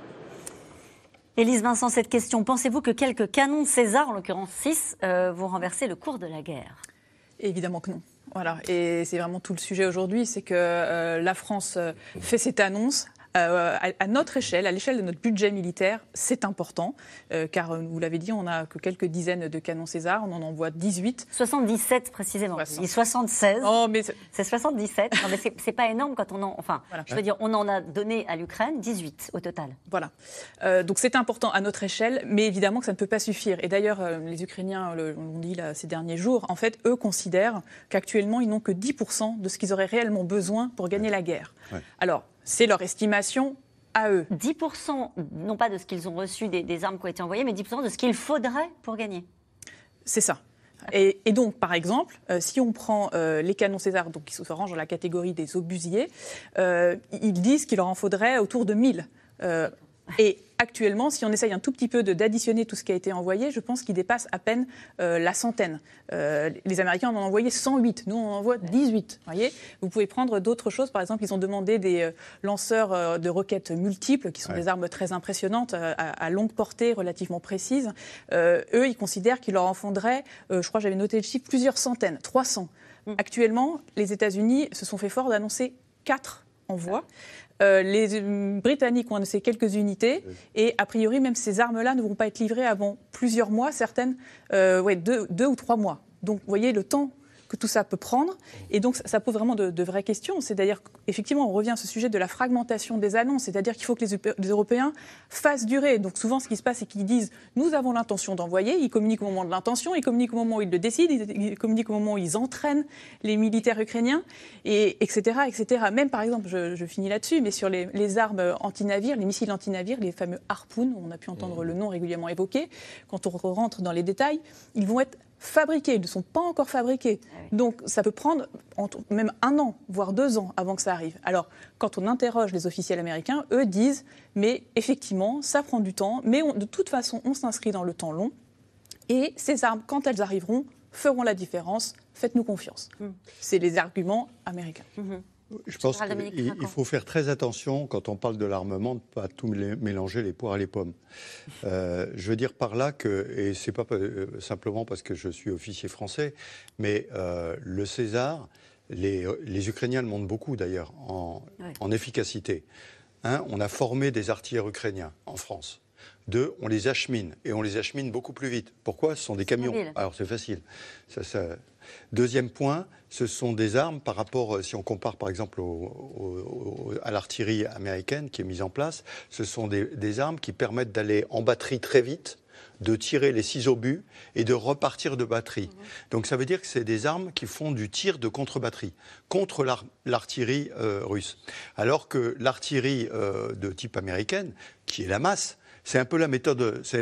Élise Vincent, cette question, pensez-vous que quelques canons César, en l'occurrence 6, vont renverser le cours de la guerre ? Évidemment que non. Voilà. Et c'est vraiment tout le sujet aujourd'hui, c'est que la France fait cette annonce. À notre échelle, à l'échelle de notre budget militaire, c'est important, car vous l'avez dit, on n'a que quelques dizaines de canons César, on en envoie 18. 77 précisément, il dit 76, oh, mais c'est 77, non, mais c'est pas énorme quand on en... Enfin, voilà. Je veux dire, on en a donné à l'Ukraine 18 au total. Voilà, donc c'est important à notre échelle, mais évidemment que ça ne peut pas suffire. Et d'ailleurs, les Ukrainiens l'ont dit là, ces derniers jours, en fait, eux considèrent qu'actuellement, ils n'ont que 10% de ce qu'ils auraient réellement besoin pour gagner la guerre. Ouais. Alors, c'est leur estimation à eux. 10%, non pas de ce qu'ils ont reçu des armes qui ont été envoyées, mais 10% de ce qu'il faudrait pour gagner. C'est ça. Et donc, par exemple, si on prend les canons César, donc qui se rangent dans la catégorie des obusiers, ils disent qu'il leur en faudrait autour de 1000. Et actuellement, si on essaye un tout petit peu d'additionner tout ce qui a été envoyé, je pense qu'il dépasse à peine la centaine. Les Américains en ont envoyé 108, nous on en envoie 18. Voyez, vous pouvez prendre d'autres choses, par exemple, ils ont demandé des lanceurs de roquettes multiples, qui sont des armes très impressionnantes, à longue portée, relativement précises. Eux, ils considèrent qu'il leur en faudrait, je crois que j'avais noté le chiffre, plusieurs centaines, 300. Actuellement, les États-Unis se sont fait fort d'annoncer 4 envois. Les Britanniques ont annoncé quelques unités et a priori même ces armes-là ne vont pas être livrées avant plusieurs mois, certaines 2 ou 3 mois. Donc vous voyez le temps que tout ça peut prendre. Et donc, ça pose vraiment de vraies questions. C'est d'ailleurs, effectivement, on revient à ce sujet de la fragmentation des annonces. C'est-à-dire qu'il faut que les Européens fassent durer. Donc, souvent, ce qui se passe, c'est qu'ils disent « nous avons l'intention d'envoyer ». Ils communiquent au moment de l'intention, ils communiquent au moment où ils le décident, ils communiquent au moment où ils entraînent les militaires ukrainiens, et etc., etc. Même, par exemple, je finis là-dessus, mais sur les armes anti-navires, les missiles anti-navires, les fameux Harpoon, on a pu entendre le nom régulièrement évoqué, quand on rentre dans les détails, ils vont être fabriqués, ils ne sont pas encore fabriqués. Donc ça peut prendre même 1 an, voire 2 ans avant que ça arrive. Alors quand on interroge les officiels américains, eux disent « mais effectivement, ça prend du temps, mais de toute façon, on s'inscrit dans le temps long, et ces armes, quand elles arriveront, feront la différence, faites-nous confiance ». C'est les arguments américains. Je pense qu'il faut faire très attention, quand on parle de l'armement, de ne pas tout mélanger les poires et les pommes. Je veux dire par là que, et ce n'est pas simplement parce que je suis officier français, mais le César, les Ukrainiens le montrent beaucoup d'ailleurs en efficacité. 1, on a formé des artilleurs ukrainiens en France. 2, on les achemine, et on les achemine beaucoup plus vite. Pourquoi ? Ce sont des camions. Alors c'est facile. Deuxième point, ce sont des armes par rapport, si on compare par exemple à l'artillerie américaine qui est mise en place, ce sont des armes qui permettent d'aller en batterie très vite, de tirer les 6 obus et de repartir de batterie. Donc ça veut dire que c'est des armes qui font du tir de contre-batterie, contre l'artillerie russe. Alors que l'artillerie de type américaine, qui est la masse, c'est un peu la méthode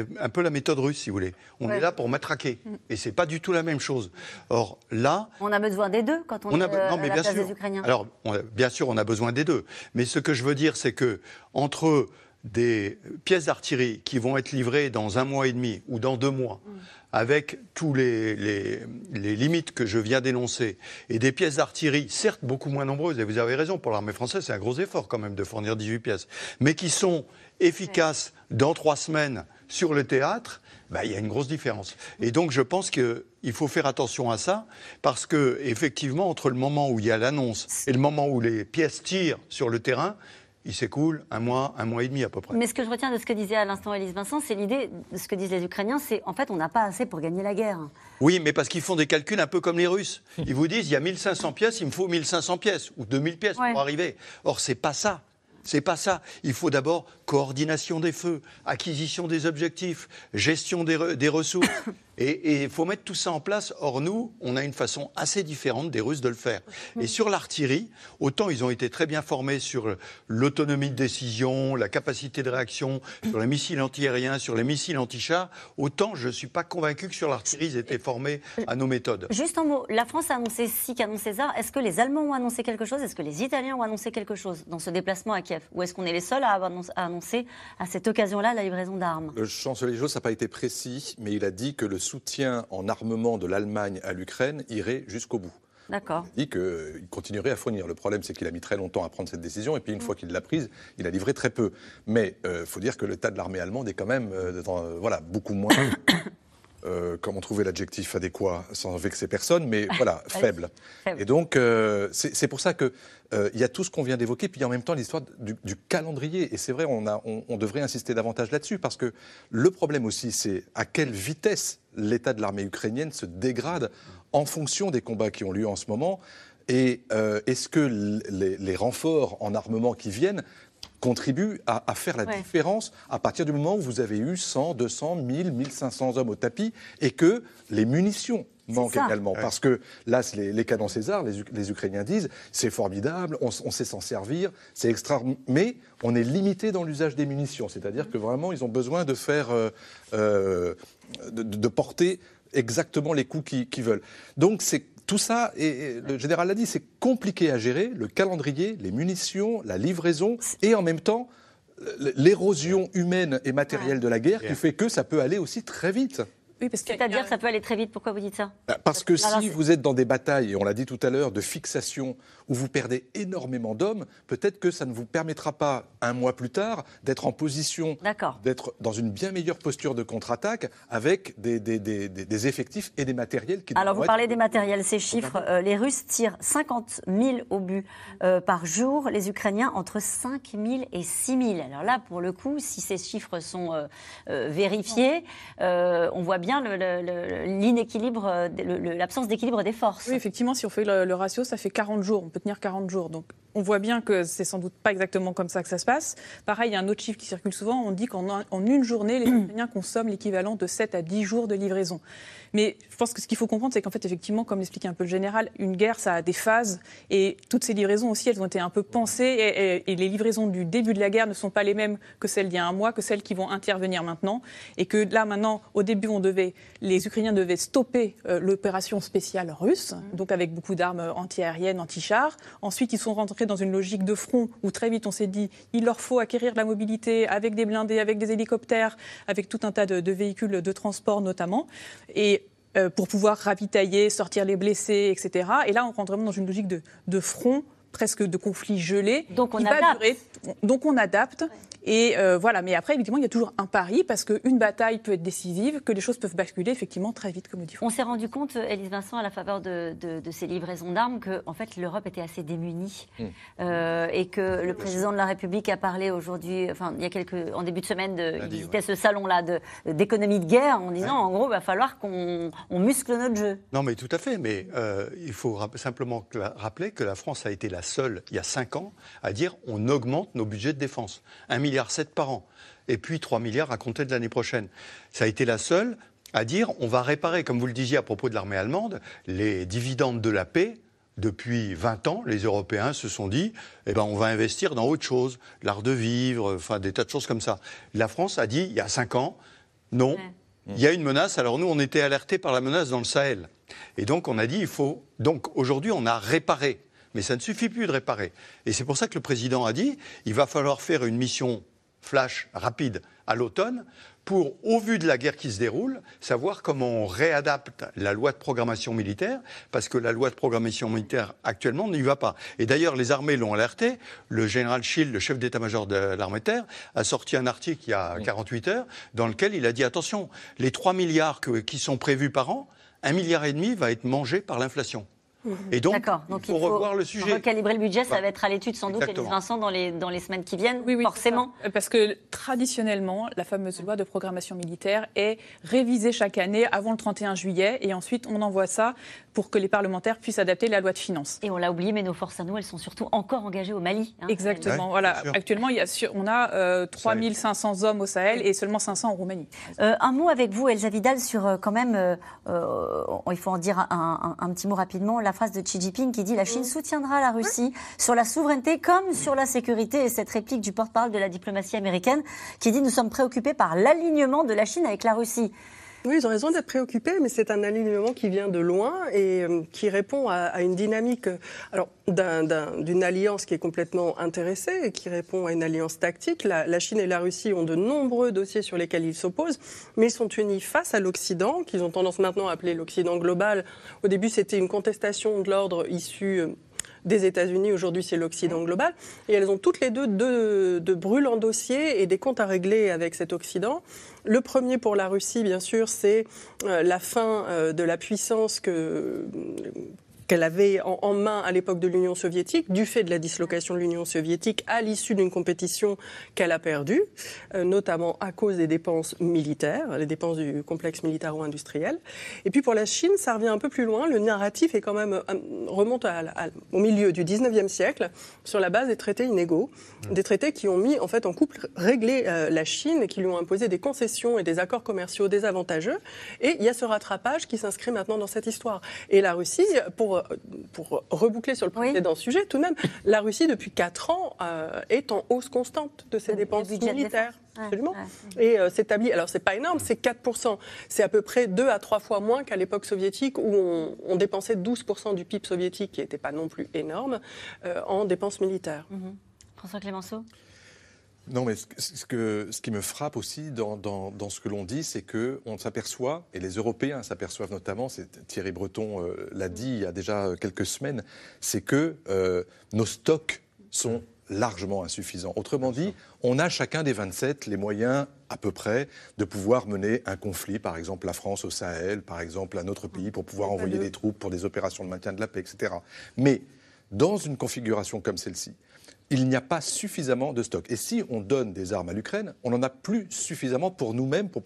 russe, si vous voulez. On est là pour matraquer. Et c'est pas du tout la même chose. Or, là... On a besoin des deux quand on est à la place des Ukrainiens. Alors, bien sûr, on a besoin des deux. Mais ce que je veux dire, c'est que entre des pièces d'artillerie qui vont être livrées dans 1 mois et demi ou dans 2 mois, avec tous les limites que je viens d'énoncer, et des pièces d'artillerie, certes beaucoup moins nombreuses, et vous avez raison, pour l'armée française, c'est un gros effort quand même de fournir 18 pièces, mais qui sont efficaces dans 3 semaines sur le théâtre, il y a une grosse différence. Et donc je pense qu'il faut faire attention à ça, parce que effectivement, entre le moment où il y a l'annonce et le moment où les pièces tirent sur le terrain, il s'écoule 1 mois et demi à peu près. Mais ce que je retiens de ce que disait à l'instant Élise Vincent, c'est l'idée de ce que disent les Ukrainiens, c'est en fait on n'a pas assez pour gagner la guerre. Oui, mais parce qu'ils font des calculs un peu comme les Russes. Ils vous disent, il y a 1500 pièces, il me faut 1500 pièces, ou 2000 pièces pour arriver. Or, c'est pas ça. C'est pas ça. Il faut d'abord coordination des feux, acquisition des objectifs, gestion des ressources. Et il faut mettre tout ça en place. Or, nous, on a une façon assez différente des Russes de le faire. Et sur l'artillerie, autant ils ont été très bien formés sur l'autonomie de décision, la capacité de réaction, sur les missiles antiaériens, sur les missiles anti-chars, autant je ne suis pas convaincu que sur l'artillerie, ils étaient formés à nos méthodes. Juste en mots, la France a annoncé 6 canons César. Est-ce que les Allemands ont annoncé quelque chose ? Est-ce que les Italiens ont annoncé quelque chose dans ce déplacement à Kiev ? Ou est-ce qu'on est les seuls à annoncer à cette occasion-là la livraison d'armes ? Le chancelier Scholz n'a pas été précis, mais il a dit que le soutien en armement de l'Allemagne à l'Ukraine irait jusqu'au bout. D'accord. Il dit qu'il continuerait à fournir. Le problème, c'est qu'il a mis très longtemps à prendre cette décision, et puis une fois qu'il l'a prise, il a livré très peu. Mais il faut dire que l'état de l'armée allemande est quand même beaucoup moins... comment trouver l'adjectif adéquat sans vexer personne, mais voilà, faible. Et donc, c'est pour ça qu'il y a tout ce qu'on vient d'évoquer, puis en même temps l'histoire du calendrier. Et c'est vrai, on devrait insister davantage là-dessus, parce que le problème aussi, c'est à quelle vitesse l'état de l'armée ukrainienne se dégrade en fonction des combats qui ont lieu en ce moment. Et est-ce que les renforts en armement qui viennent contribue à faire la différence à partir du moment où vous avez eu 100, 200, 1000, 1500 hommes au tapis et que les munitions manquent également. Parce que là, les canons César, les Ukrainiens disent, c'est formidable, on sait s'en servir, c'est extra, mais on est limité dans l'usage des munitions. C'est-à-dire que vraiment, ils ont besoin de faire, de porter exactement les coups qu'ils veulent. Donc, c'est tout ça, et le général l'a dit, c'est compliqué à gérer, le calendrier, les munitions, la livraison, et en même temps, l'érosion humaine et matérielle de la guerre qui fait que ça peut aller aussi très vite. Oui, c'est-à-dire que ça peut aller très vite. Pourquoi vous dites ça ? Parce que si vous êtes dans des batailles, et on l'a dit tout à l'heure, de fixation, où vous perdez énormément d'hommes, peut-être que ça ne vous permettra pas, 1 mois plus tard, d'être en position, d'être dans une bien meilleure posture de contre-attaque, avec des effectifs et des matériels qui... Alors vous parlez des matériels, ces chiffres. Les Russes tirent 50 000 obus par jour, les Ukrainiens entre 5 000 et 6 000. Alors là, pour le coup, si ces chiffres sont vérifiés, on voit bien bien l'inéquilibre, l'absence d'équilibre des forces. Oui, effectivement, si on fait le ratio, ça fait 40 jours. On peut tenir 40 jours. Donc, on voit bien que c'est sans doute pas exactement comme ça que ça se passe. Pareil, il y a un autre chiffre qui circule souvent. On dit qu'en une journée, les Ukrainiens consomment l'équivalent de 7 à 10 jours de livraison. Mais je pense que ce qu'il faut comprendre, c'est qu'en fait, effectivement, comme l'expliquait un peu le général, une guerre, ça a des phases. Et toutes ces livraisons aussi, elles ont été un peu pensées. Et les livraisons du début de la guerre ne sont pas les mêmes que celles d'il y a un mois, que celles qui vont intervenir maintenant. Et que là, maintenant, au début, les Ukrainiens devaient stopper l'opération spéciale russe, donc avec beaucoup d'armes anti-aériennes, anti-chars. Ensuite, ils sont rentrés dans une logique de front où très vite, on s'est dit, il leur faut acquérir de la mobilité avec des blindés, avec des hélicoptères, avec tout un tas de véhicules de transport notamment. Et pour pouvoir ravitailler, sortir les blessés, etc. Et là, on rentre vraiment dans une logique de front, presque de conflit gelé. Donc on adapte. Donc on adapte. Et voilà, mais après, évidemment, il y a toujours un pari, parce qu'une bataille peut être décisive, que les choses peuvent basculer effectivement très vite, comme le dit François. On s'est rendu compte, Élise Vincent, à la faveur de ces livraisons d'armes, que en fait, l'Europe était assez démunie. Et que le président de la République a parlé aujourd'hui, enfin, en début de semaine, il visitait ce salon-là d'économie de guerre, en disant, en gros, il va falloir qu'on muscle notre jeu. Non, mais tout à fait. Mais il faut simplement rappeler que la France a été la seule, il y a 5 ans, à dire on augmente nos budgets de défense. 1,7 milliard par an. Et puis 3 milliards à compter de l'année prochaine. Ça a été la seule à dire on va réparer, comme vous le disiez à propos de l'armée allemande, les dividendes de la paix. Depuis 20 ans, les Européens se sont dit on va investir dans autre chose, l'art de vivre, enfin des tas de choses comme ça. La France a dit il y a 5 ans, non, il y a une menace. Alors nous, on était alertés par la menace dans le Sahel. Et donc on a dit il faut. Donc aujourd'hui, on a réparé. Mais ça ne suffit plus de réparer. Et c'est pour ça que le président a dit il va falloir faire une mission flash rapide à l'automne pour, au vu de la guerre qui se déroule, savoir comment on réadapte la loi de programmation militaire, parce que la loi de programmation militaire actuellement n'y va pas. Et d'ailleurs, les armées l'ont alerté. Le général Schild, le chef d'état-major de l'armée de terre, a sorti un article il y a 48 heures dans lequel il a dit attention, les 3 milliards qui sont prévus par an, 1,5 milliard va être mangé par l'inflation. Et donc, il faut revoir le sujet. Recalibrer le budget, ça va être à l'étude sans doute, Élise Vincent, dans les semaines qui viennent, forcément. Parce que traditionnellement, la fameuse loi de programmation militaire est révisée chaque année avant le 31 juillet et ensuite on envoie ça pour que les parlementaires puissent adapter la loi de finances. Et on l'a oublié, mais nos forces à nous, elles sont surtout encore engagées au Mali. Exactement. Voilà. Actuellement, on a 3500 hommes au Sahel et seulement 500 en Roumanie. Un mot avec vous, Elsa Vidal, sur quand même, il faut en dire un petit mot rapidement, la phrase de Xi Jinping qui dit « La Chine soutiendra la Russie sur la souveraineté comme sur la sécurité » et cette réplique du porte-parole de la diplomatie américaine qui dit « Nous sommes préoccupés par l'alignement de la Chine avec la Russie ». Oui, ils ont raison d'être préoccupés, mais c'est un alignement qui vient de loin et qui répond à une dynamique d'une alliance qui est complètement intéressée et qui répond à une alliance tactique. La Chine et la Russie ont de nombreux dossiers sur lesquels ils s'opposent, mais ils sont unis face à l'Occident, qu'ils ont tendance maintenant à appeler l'Occident global. Au début, c'était une contestation de l'ordre issue des États-Unis, aujourd'hui c'est l'Occident global, et elles ont toutes les deux de brûlants dossiers et des comptes à régler avec cet Occident. Le premier pour la Russie, bien sûr, c'est la fin de la puissance qu'elle avait en main à l'époque de l'Union soviétique, du fait de la dislocation de l'Union soviétique à l'issue d'une compétition qu'elle a perdue, notamment à cause des dépenses militaires, les dépenses du complexe militaro-industriel. Et puis pour la Chine, ça revient un peu plus loin. Le narratif est quand même, remonte au milieu du 19e siècle, sur la base des traités inégaux, des traités qui ont mis en fait en couple réglé la Chine et qui lui ont imposé des concessions et des accords commerciaux désavantageux. Et il y a ce rattrapage qui s'inscrit maintenant dans cette histoire. Et la Russie, pour reboucler sur le précédent sujet, tout de même, la Russie, depuis 4 ans, est en hausse constante de ses dépenses militaires. Absolument. Et s'établit, alors c'est pas énorme, c'est 4%. C'est à peu près 2 à 3 fois moins qu'à l'époque soviétique où on dépensait 12% du PIB soviétique, qui n'était pas non plus énorme, en dépenses militaires. François Clémenceau ? Non, mais ce qui me frappe aussi dans ce que l'on dit, c'est qu'on s'aperçoit, et les Européens s'aperçoivent notamment, Thierry Breton l'a dit il y a déjà quelques semaines, c'est que nos stocks sont largement insuffisants. Autrement dit, on a chacun des 27 les moyens à peu près de pouvoir mener un conflit, par exemple la France au Sahel, par exemple un autre pays pour pouvoir envoyer des troupes pour des opérations de maintien de la paix, etc. Mais dans une configuration comme celle-ci, il n'y a pas suffisamment de stock. Et si on donne des armes à l'Ukraine, on n'en a plus suffisamment pour nous-mêmes pour pouvoir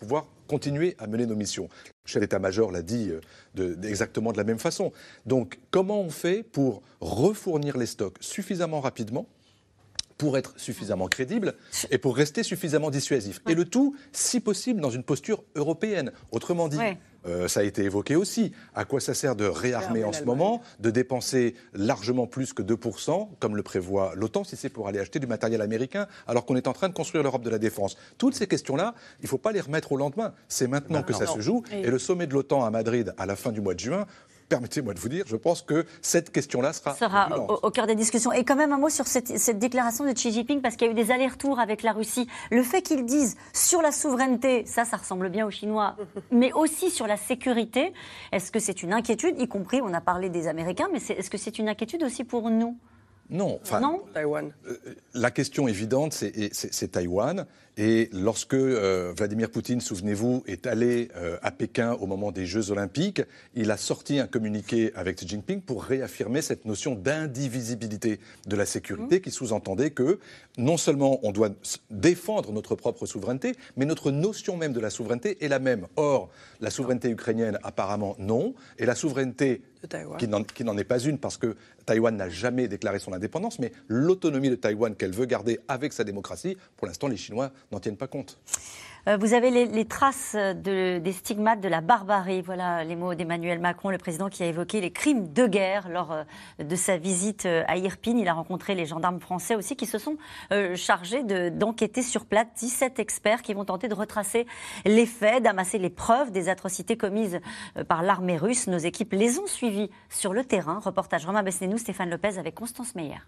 continuer à mener nos missions. Le chef d'état-major l'a dit exactement de la même façon. Donc, comment on fait pour refournir les stocks suffisamment rapidement pour être suffisamment crédible et pour rester suffisamment dissuasif. Et le tout, si possible, dans une posture européenne. Autrement dit, ça a été évoqué aussi, à quoi ça sert de réarmer en ce moment, de dépenser largement plus que 2%, comme le prévoit l'OTAN, si c'est pour aller acheter du matériel américain, alors qu'on est en train de construire l'Europe de la défense. Toutes ces questions-là, il ne faut pas les remettre au lendemain. C'est maintenant que ça se joue. Et le sommet de l'OTAN à Madrid, à la fin du mois de juin, permettez-moi de vous dire, je pense que cette question-là sera au cœur des discussions. Et quand même un mot sur cette déclaration de Xi Jinping, parce qu'il y a eu des allers-retours avec la Russie. Le fait qu'ils disent sur la souveraineté, ça ressemble bien aux Chinois, mais aussi sur la sécurité, est-ce que c'est une inquiétude, y compris, on a parlé des Américains, mais est-ce que c'est une inquiétude aussi pour nous ? Non. Non. Taïwan. La question évidente, c'est Taïwan. Et lorsque Vladimir Poutine, souvenez-vous, est allé à Pékin au moment des Jeux Olympiques, il a sorti un communiqué avec Xi Jinping pour réaffirmer cette notion d'indivisibilité de la sécurité qui sous-entendait que non seulement on doit défendre notre propre souveraineté, mais notre notion même de la souveraineté est la même. Or, la souveraineté ukrainienne, apparemment, non. Et la souveraineté, qui n'en est pas une, parce que Taïwan n'a jamais déclaré son indépendance, mais l'autonomie de Taïwan qu'elle veut garder avec sa démocratie, pour l'instant, les Chinois n'en tiennent pas compte. Vous avez les traces des stigmates de la barbarie. Voilà les mots d'Emmanuel Macron, le président qui a évoqué les crimes de guerre lors de sa visite à Irpin. Il a rencontré les gendarmes français aussi qui se sont chargés d'enquêter sur place. 17 experts qui vont tenter de retracer les faits, d'amasser les preuves des atrocités commises par l'armée russe. Nos équipes les ont suivis sur le terrain. Reportage Romain Besnénou, Stéphane Lopez avec Constance Meyer.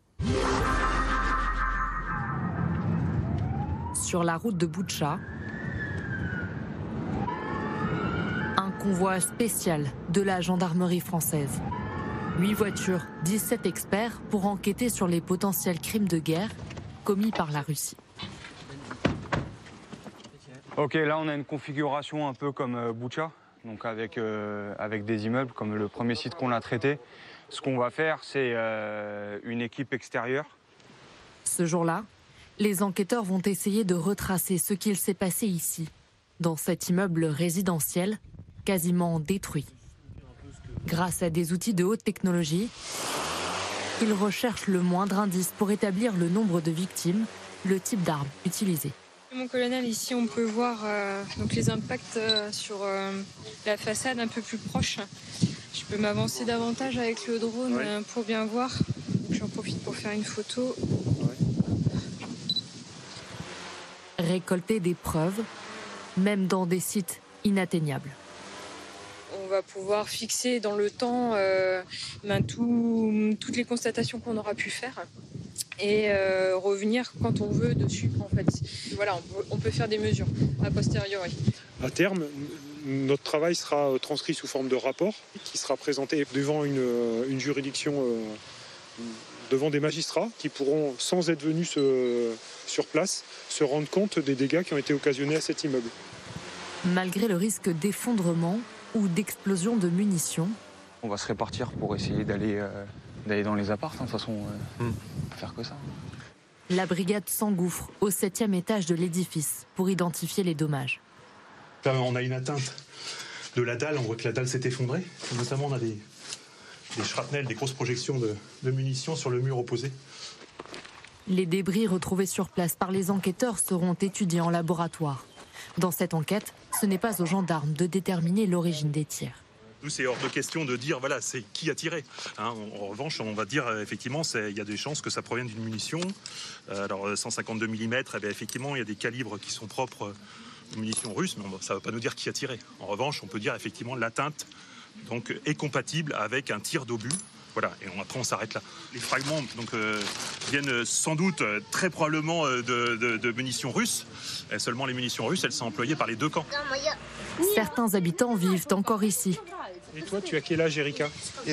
Sur la route de Boutcha, un convoi spécial de la gendarmerie française. 8 voitures, 17 experts pour enquêter sur les potentiels crimes de guerre commis par la Russie. Ok, là on a une configuration un peu comme Boutcha, donc avec des immeubles comme le premier site qu'on a traité. Ce qu'on va faire, c'est une équipe extérieure. Ce jour-là, les enquêteurs vont essayer de retracer ce qu'il s'est passé ici, dans cet immeuble résidentiel quasiment détruit. Grâce à des outils de haute technologie, ils recherchent le moindre indice pour établir le nombre de victimes, le type d'arme utilisée. Mon colonel, ici on peut voir donc les impacts sur la façade un peu plus proche. Je peux m'avancer davantage avec le drone pour bien voir. J'en profite pour faire une photo. Récolter des preuves, même dans des sites inatteignables. On va pouvoir fixer dans le temps toutes les constatations qu'on aura pu faire et revenir quand on veut dessus. En fait. Voilà, on peut faire des mesures a posteriori. À terme, notre travail sera transcrit sous forme de rapport qui sera présenté devant une juridiction, devant des magistrats qui pourront, sans être venus sur place, se rendre compte des dégâts qui ont été occasionnés à cet immeuble. Malgré le risque d'effondrement ou d'explosion de munitions, on va se répartir pour essayer d'aller dans les apparts. De toute façon, on peut faire que ça. La brigade s'engouffre au 7e étage de l'édifice pour identifier les dommages. Là, on a une atteinte de la dalle. On voit que la dalle s'est effondrée. Notamment, on a des shrapnels, des grosses projections de munitions sur le mur opposé. Les débris retrouvés sur place par les enquêteurs seront étudiés en laboratoire. Dans cette enquête, ce n'est pas aux gendarmes de déterminer l'origine des tirs. Nous, c'est hors de question de dire, voilà, c'est qui a tiré. En revanche, on va dire, effectivement, il y a des chances que ça provienne d'une munition. Alors, 152 mm, effectivement, il y a des calibres qui sont propres aux munitions russes, mais ça ne veut pas nous dire qui a tiré. En revanche, on peut dire, effectivement, l'atteinte donc, est compatible avec un tir d'obus. Voilà, et après on s'arrête là. Les fragments viennent sans doute très probablement de munitions russes. Et seulement les munitions russes, elles sont employées par les deux camps. Certains habitants vivent encore ici. Et toi, tu as quel âge, Erika ?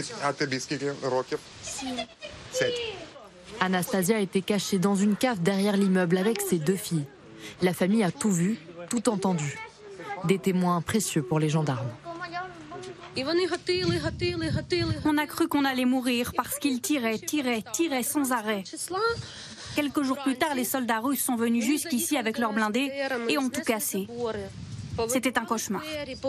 Anastasia était cachée dans une cave derrière l'immeuble avec ses 2 filles. La famille a tout vu, tout entendu. Des témoins précieux pour les gendarmes. On a cru qu'on allait mourir parce qu'ils tiraient sans arrêt. Quelques jours plus tard, les soldats russes sont venus jusqu'ici avec leurs blindés et ont tout cassé. C'était un cauchemar.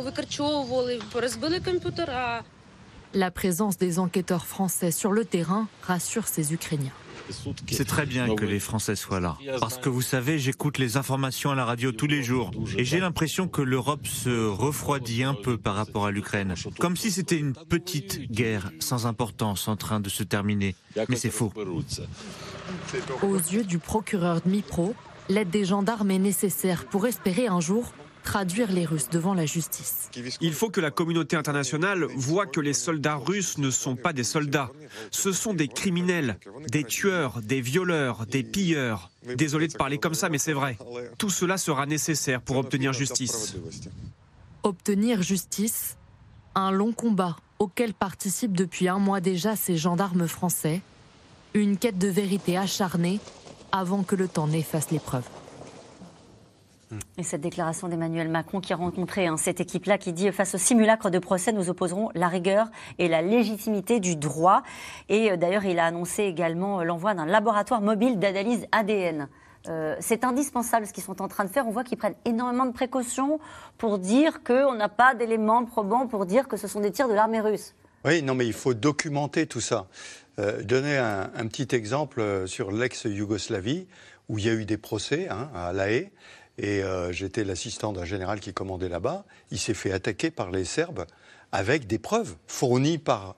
La présence des enquêteurs français sur le terrain rassure ces Ukrainiens. C'est très bien que les Français soient là. Parce que vous savez, j'écoute les informations à la radio tous les jours. Et j'ai l'impression que l'Europe se refroidit un peu par rapport à l'Ukraine. Comme si c'était une petite guerre sans importance en train de se terminer. Mais c'est faux. Aux yeux du procureur Dmipro, l'aide des gendarmes est nécessaire pour espérer un jour traduire les Russes devant la justice. Il faut que la communauté internationale voit que les soldats russes ne sont pas des soldats. Ce sont des criminels, des tueurs, des violeurs, des pilleurs. Désolé de parler comme ça, mais c'est vrai. Tout cela sera nécessaire pour obtenir justice. Obtenir justice, un long combat auquel participent depuis un mois déjà ces gendarmes français. Une quête de vérité acharnée avant que le temps n'efface les preuves. Et cette déclaration d'Emmanuel Macron qui a rencontré cette équipe-là qui dit « Face au simulacre de procès, nous opposerons la rigueur et la légitimité du droit ». Et d'ailleurs, il a annoncé également l'envoi d'un laboratoire mobile d'analyse ADN. C'est indispensable ce qu'ils sont en train de faire. On voit qu'ils prennent énormément de précautions pour dire qu'on n'a pas d'éléments probants pour dire que ce sont des tirs de l'armée russe. Oui, non, mais il faut documenter tout ça. Donner un petit exemple sur l'ex-Yougoslavie, où il y a eu des procès à La Haye. Et j'étais l'assistant d'un général qui commandait là-bas. Il s'est fait attaquer par les Serbes avec des preuves fournies par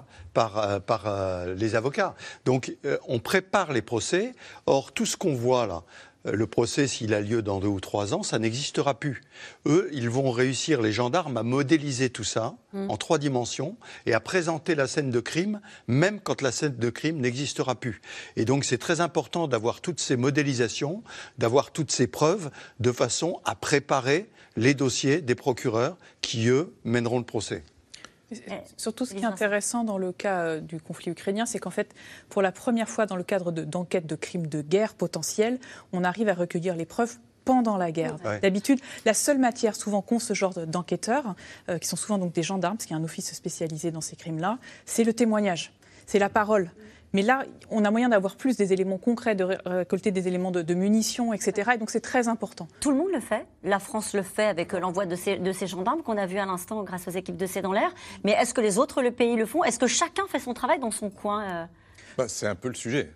les avocats. Donc on prépare les procès. Or, tout ce qu'on voit là, le procès, s'il a lieu dans 2 ou 3 ans, ça n'existera plus. Eux, ils vont réussir, les gendarmes, à modéliser tout ça en 3 dimensions et à présenter la scène de crime, même quand la scène de crime n'existera plus. Et donc, c'est très important d'avoir toutes ces modélisations, d'avoir toutes ces preuves, de façon à préparer les dossiers des procureurs qui, eux, mèneront le procès. Surtout, ce qui est intéressant dans le cas du conflit ukrainien, c'est qu'en fait, pour la première fois dans le cadre d'enquêtes de crimes de guerre potentiels, on arrive à recueillir les preuves pendant la guerre. Ouais. D'habitude, la seule matière souvent qu'ont ce genre d'enquêteurs, qui sont souvent donc des gendarmes, parce qu'il y a un office spécialisé dans ces crimes-là, c'est le témoignage, c'est la parole. Mais là, on a moyen d'avoir plus des éléments concrets, de récolter des éléments de munitions, etc. Et donc, c'est très important. Tout le monde le fait. La France le fait avec l'envoi de ces gendarmes qu'on a vu à l'instant grâce aux équipes de C'est dans l'air. Mais est-ce que les autres pays le font? Est-ce que chacun fait son travail dans son coin C'est un peu le sujet.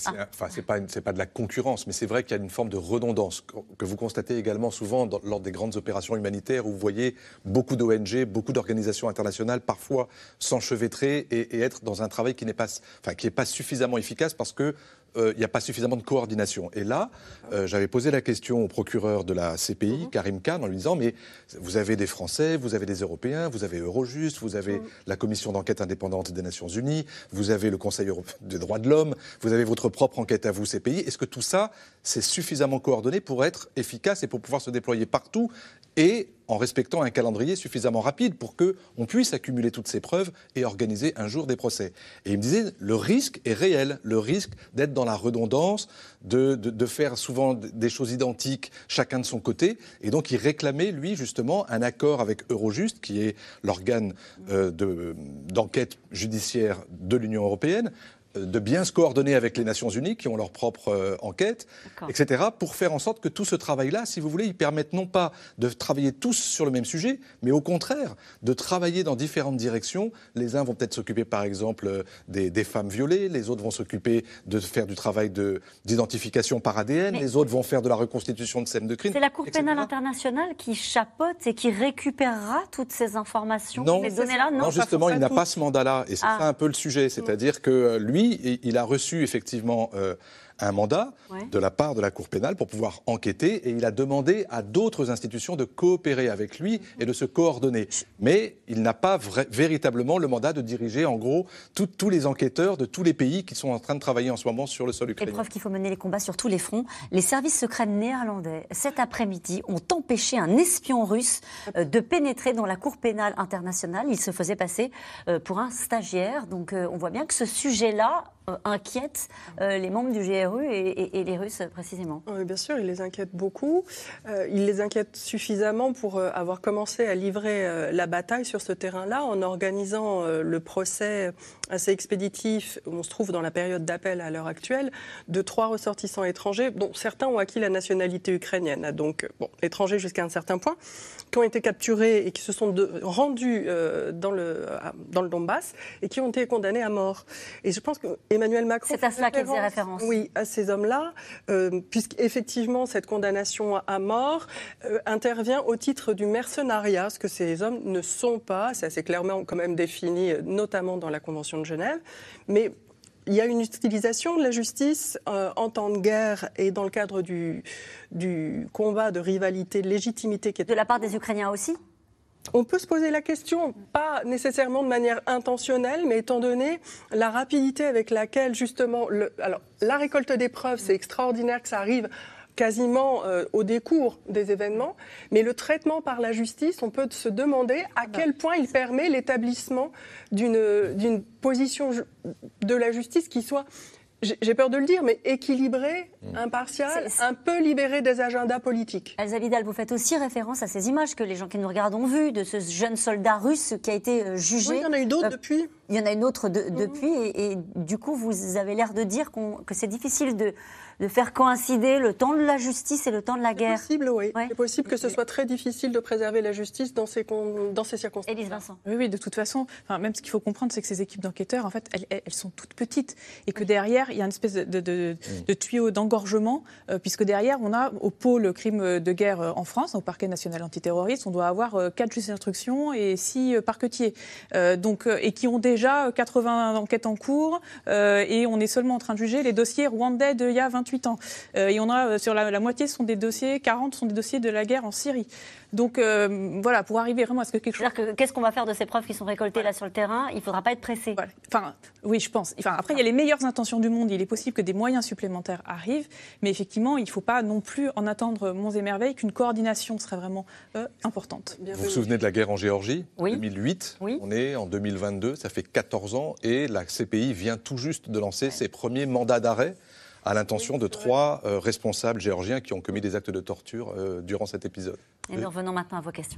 C'est pas de la concurrence, mais c'est vrai qu'il y a une forme de redondance que vous constatez également souvent lors des grandes opérations humanitaires où vous voyez beaucoup d'ONG, beaucoup d'organisations internationales parfois s'enchevêtrer et être dans un travail qui n'est pas suffisamment efficace parce que il n'y a pas suffisamment de coordination. Et là, j'avais posé la question au procureur de la CPI, Karim Khan, en lui disant « Mais vous avez des Français, vous avez des Européens, vous avez Eurojust, vous avez la Commission d'enquête indépendante des Nations Unies, vous avez le Conseil européen des droits de l'homme, vous avez votre propre enquête à vous, CPI. Est-ce que tout ça, c'est suffisamment coordonné pour être efficace et pour pouvoir se déployer partout et en respectant un calendrier suffisamment rapide pour qu'on puisse accumuler toutes ces preuves et organiser un jour des procès. Et il me disait, le risque est réel, le risque d'être dans la redondance, de faire souvent des choses identiques, chacun de son côté. Et donc il réclamait, lui, justement, un accord avec Eurojust, qui est l'organe d'enquête judiciaire de l'Union européenne, de bien se coordonner avec les Nations Unies, qui ont leur propre enquête, etc., pour faire en sorte que tout ce travail-là, si vous voulez, ils permettent non pas de travailler tous sur le même sujet, mais au contraire, de travailler dans différentes directions. Les uns vont peut-être s'occuper, par exemple, des femmes violées, les autres vont s'occuper de faire du travail d'identification par ADN, les autres vont faire de la reconstitution de scènes de crime. C'est la Cour pénale internationale qui chapeaute et qui récupérera toutes ces informations, ces données-là? Non, justement, il n'a pas ce mandat-là, et c'est ça un peu le sujet, c'est-à-dire que lui, il a reçu effectivement un mandat de la part de la Cour pénale pour pouvoir enquêter et il a demandé à d'autres institutions de coopérer avec lui et de se coordonner. Mais il n'a pas véritablement le mandat de diriger en gros tous les enquêteurs de tous les pays qui sont en train de travailler en ce moment sur le sol ukrainien. Et preuve qu'il faut mener les combats sur tous les fronts. Les services secrets néerlandais, cet après-midi, ont empêché un espion russe de pénétrer dans la Cour pénale internationale. Il se faisait passer pour un stagiaire. Donc on voit bien que ce sujet-là inquiète les membres du GRU et les Russes précisément. Oui, bien sûr, il les inquiète beaucoup. Il les inquiète suffisamment pour avoir commencé à livrer la bataille sur ce terrain-là en organisant le procès assez expéditif, où on se trouve dans la période d'appel à l'heure actuelle, de 3 ressortissants étrangers, dont certains ont acquis la nationalité ukrainienne, donc étrangers jusqu'à un certain point, qui ont été capturés et qui se sont rendus dans le Donbass et qui ont été condamnés à mort. Et je pense qu'Emmanuel Macron... C'est à cela qu'il faisait référence. Oui, à ces hommes-là, puisqu'effectivement, cette condamnation à mort intervient au titre du mercenariat, ce que ces hommes ne sont pas. C'est assez clairement quand même défini, notamment dans la Convention de Genève. Mais il y a une utilisation de la justice en temps de guerre et dans le cadre du combat de rivalité, de légitimité qui est... De la part des Ukrainiens aussi ? On peut se poser la question, pas nécessairement de manière intentionnelle, mais étant donné la rapidité avec laquelle, justement, alors, la récolte des preuves, c'est extraordinaire que ça arrive quasiment au décours des événements, mais le traitement par la justice, on peut se demander à quel point il permet l'établissement d'une position de la justice qui soit, j'ai peur de le dire, mais équilibrée, impartiale, un peu libérée des agendas politiques. Elsa Vidal, vous faites aussi référence à ces images que les gens qui nous regardent ont vues, de ce jeune soldat russe qui a été jugé. Oui, il y en a eu d'autres depuis. Il y en a une autre depuis, et du coup, vous avez l'air de dire que c'est difficile de faire coïncider le temps de la justice et le temps de la guerre. C'est possible, oui. Ouais. C'est possible que ce soit très difficile de préserver la justice dans ces circonstances. Élise Vincent. Oui, de toute façon, même ce qu'il faut comprendre, c'est que ces équipes d'enquêteurs, en fait, elles sont toutes petites, et que derrière, il y a une espèce de tuyau d'engorgement, puisque derrière, on a au pôle crime de guerre en France, au parquet national antiterroriste, on doit avoir 4 juges d'instruction et 6 parquetiers, et qui ont déjà 80 enquêtes en cours, et on est seulement en train de juger les dossiers rwandais d'il y a 28 ans. Et on a, sur la moitié, sont des dossiers, 40 sont des dossiers de la guerre en Syrie. Donc voilà, pour arriver vraiment à ce que quelque chose... C'est-à-dire qu'est-ce qu'on va faire de ces preuves qui sont récoltées là sur le terrain ? Il ne faudra pas être pressé. Voilà. Enfin, oui, je pense. Enfin, après, il y a les meilleures intentions du monde. Il est possible que des moyens supplémentaires arrivent. Mais effectivement, il ne faut pas non plus en attendre monts et merveilles, qu'une coordination serait vraiment importante. Vous vous souvenez de la guerre en Géorgie, oui. 2008 oui. On est en 2022, ça fait 14 ans. Et la CPI vient tout juste de lancer ses premiers mandats d'arrêt à l'intention de 3 responsables géorgiens qui ont commis des actes de torture durant cet épisode. Et nous revenons maintenant à vos questions.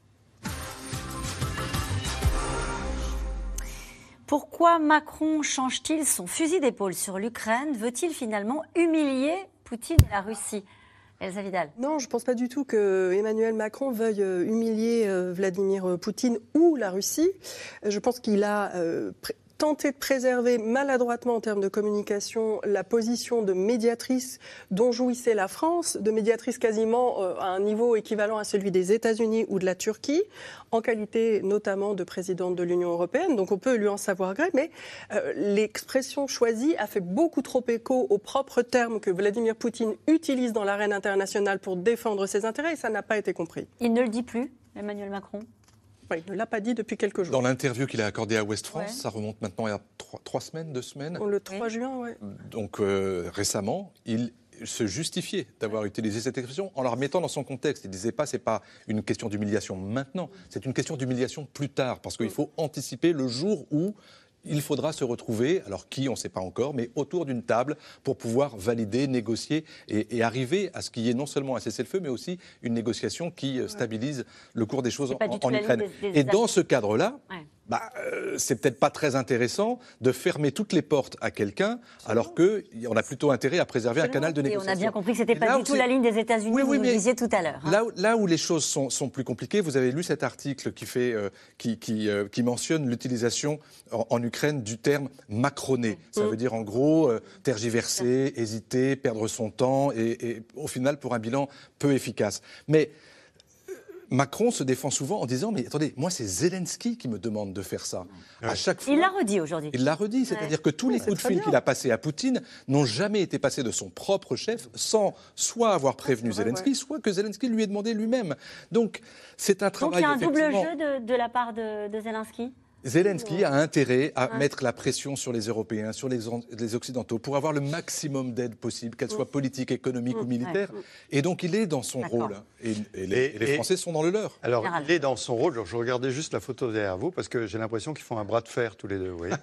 Pourquoi Macron change-t-il son fusil d'épaule sur l'Ukraine ? Veut-il finalement humilier Poutine et la Russie ? Elsa Vidal. Non, je ne pense pas du tout que Emmanuel Macron veuille humilier Vladimir Poutine ou la Russie. Je pense qu'il a tenté de préserver maladroitement en termes de communication la position de médiatrice dont jouissait la France, de médiatrice quasiment à un niveau équivalent à celui des États-Unis ou de la Turquie, en qualité notamment de présidente de l'Union européenne. Donc on peut lui en savoir gré, mais l'expression choisie a fait beaucoup trop écho aux propres termes que Vladimir Poutine utilise dans l'arène internationale pour défendre ses intérêts, et ça n'a pas été compris. Il ne le dit plus, Emmanuel Macron ? Il ne l'a pas dit depuis quelques jours. Dans l'interview qu'il a accordée à Ouest France, ça remonte maintenant à 3 semaines, 2 semaines. Le 3 juin, oui. Donc récemment, il se justifiait d'avoir utilisé cette expression en la remettant dans son contexte. Il ne disait pas c'est pas une question d'humiliation maintenant, c'est une question d'humiliation plus tard, parce qu'il faut anticiper le jour où il faudra se retrouver, alors qui, on ne sait pas encore, mais autour d'une table pour pouvoir valider, négocier et arriver à ce qu'il y ait non seulement un cessez-le-feu, mais aussi une négociation qui stabilise le cours des choses en Ukraine. Et dans ce cadre-là, c'est peut-être pas très intéressant de fermer toutes les portes à quelqu'un, alors qu'on a plutôt intérêt à préserver un canal de négociation. Et on a bien compris que ce n'était pas du tout la ligne des États-Unis, vous nous disiez tout à l'heure. Là où les choses sont plus compliquées, vous avez lu cet article qui mentionne l'utilisation en Ukraine du terme macroné. Ça veut dire en gros tergiverser, hésiter, perdre son temps et au final pour un bilan peu efficace. Mais Macron se défend souvent en disant « Mais attendez, moi c'est Zelensky qui me demande de faire ça. » À chaque fois, il l'a redit aujourd'hui. Il l'a redit, c'est-à-dire que tous les coups de fil qu'il a passés à Poutine n'ont jamais été passés de son propre chef sans soit avoir prévenu Zelensky, soit que Zelensky lui ait demandé lui-même. Donc c'est un travail. Donc il y a un double jeu de la part de Zelensky ? Zelensky a intérêt à mettre la pression sur les Européens, sur les Occidentaux, pour avoir le maximum d'aide possible, qu'elle soit politique, économique ou militaire. Et donc, il est dans son rôle. Et les Français sont dans le leur. Alors, il est dans son rôle. Je regardais juste la photo derrière vous, parce que j'ai l'impression qu'ils font un bras de fer tous les deux. Vous voyez.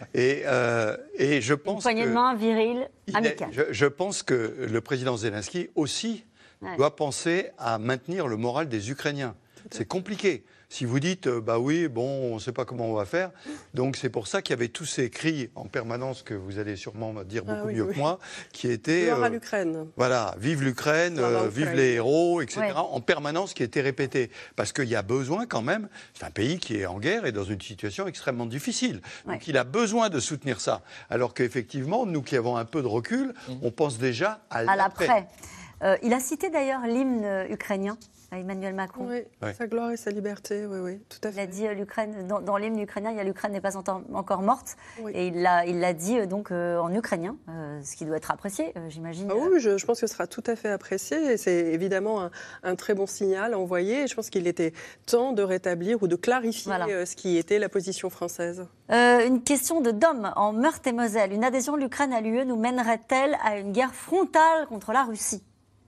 et je pense une poignée de main virile, amicale. Je pense que le président Zelensky aussi doit penser à maintenir le moral des Ukrainiens. C'est compliqué. Si vous dites, on ne sait pas comment on va faire. Donc c'est pour ça qu'il y avait tous ces cris en permanence que vous allez sûrement dire beaucoup mieux que moi, qui étaient... Gloire à l'Ukraine. Voilà, vive l'Ukraine, vive les héros, etc. En permanence, qui étaient répétés. Parce qu'il y a besoin quand même, c'est un pays qui est en guerre et dans une situation extrêmement difficile. Donc il a besoin de soutenir ça. Alors qu'effectivement, nous qui avons un peu de recul, on pense déjà à l'après. Il a cité d'ailleurs l'hymne ukrainien. Emmanuel Macron. Oui, sa gloire et sa liberté, oui, tout à fait. Il a dit l'Ukraine, dans l'hymne ukrainien, il y a l'Ukraine n'est pas encore morte. Oui. Et il l'a dit donc en ukrainien, ce qui doit être apprécié, j'imagine. Ah oui, je pense que ce sera tout à fait apprécié. Et c'est évidemment un très bon signal envoyé. Et je pense qu'il était temps de rétablir ou de clarifier ce qui était la position française. Une question de Dom en Meurthe-et-Moselle. Une adhésion de l'Ukraine à l'UE nous mènerait-elle à une guerre frontale contre la Russie ?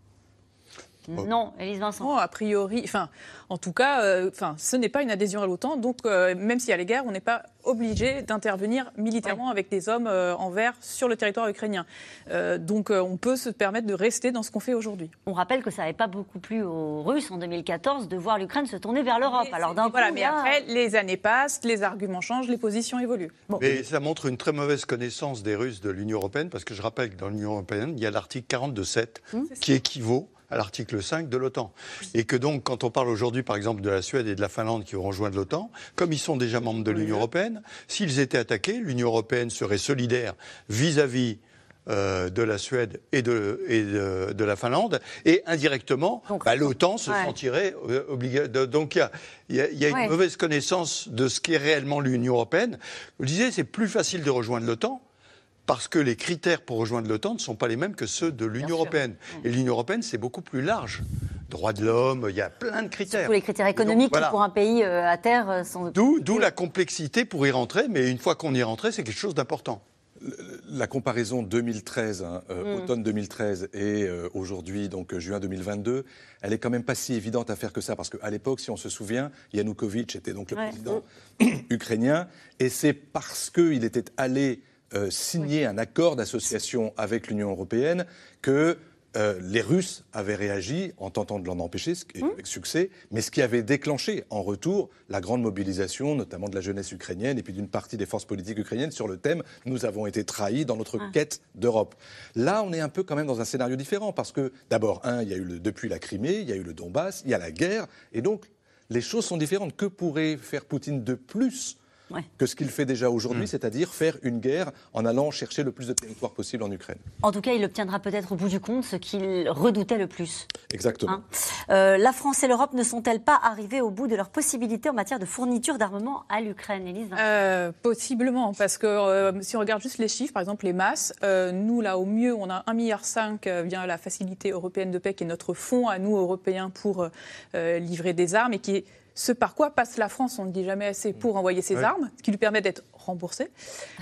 Non, Élise Vincent. Non, a priori, en tout cas, ce n'est pas une adhésion à l'OTAN. Donc, même s'il y a les guerres, on n'est pas obligé d'intervenir militairement avec des hommes en vert sur le territoire ukrainien. Donc, on peut se permettre de rester dans ce qu'on fait aujourd'hui. On rappelle que ça n'avait pas beaucoup plu aux Russes en 2014 de voir l'Ukraine se tourner vers l'Europe. Alors, mais après, les années passent, les arguments changent, les positions évoluent. Bon. Mais ça montre une très mauvaise connaissance des Russes de l'Union européenne, parce que je rappelle que dans l'Union européenne, il y a l'article 42.7 qui équivaut à l'article 5 de l'OTAN. Et que donc, quand on parle aujourd'hui, par exemple, de la Suède et de la Finlande qui ont rejoint l'OTAN, comme ils sont déjà membres de l'Union européenne, s'ils étaient attaqués, l'Union européenne serait solidaire vis-à-vis de la Suède et de la Finlande, et indirectement, l'OTAN se sentirait obligée. Donc il y a une mauvaise connaissance de ce qu'est réellement l'Union européenne. Je disais, c'est plus facile de rejoindre l'OTAN, parce que les critères pour rejoindre l'OTAN ne sont pas les mêmes que ceux de l'Union européenne. Et l'Union européenne, c'est beaucoup plus large. Droits de l'homme, il y a plein de critères. Surtout les critères économiques qui, pour un pays à terre, sont... D'où la complexité pour y rentrer, mais une fois qu'on y est rentré, c'est quelque chose d'important. La comparaison 2013, automne 2013 et aujourd'hui, donc juin 2022, elle est quand même pas si évidente à faire que ça, parce qu'à l'époque, si on se souvient, Yanukovych était donc le président ukrainien, et c'est parce qu'il était allé signer un accord d'association avec l'Union européenne que les Russes avaient réagi en tentant de l'en empêcher, avec succès, mais ce qui avait déclenché en retour la grande mobilisation, notamment de la jeunesse ukrainienne et puis d'une partie des forces politiques ukrainiennes sur le thème « Nous avons été trahis dans notre quête d'Europe ». Là, on est un peu quand même dans un scénario différent, parce que d'abord, il y a eu depuis la Crimée, il y a eu le Donbass, il y a la guerre, et donc les choses sont différentes. Que pourrait faire Poutine de plus que ce qu'il fait déjà aujourd'hui, c'est-à-dire faire une guerre en allant chercher le plus de territoire possible en Ukraine. En tout cas, il obtiendra peut-être au bout du compte ce qu'il redoutait le plus. Exactement. La France et l'Europe ne sont-elles pas arrivées au bout de leurs possibilités en matière de fourniture d'armement à l'Ukraine, Élise ? Possiblement, parce que si on regarde juste les chiffres, par exemple les masses, nous là au mieux on a 1,5 milliard via la facilité européenne de paix qui est notre fonds à nous Européens pour livrer des armes et qui est ce par quoi passe la France, on ne le dit jamais assez, pour envoyer ses armes, ce qui lui permet d'être remboursé.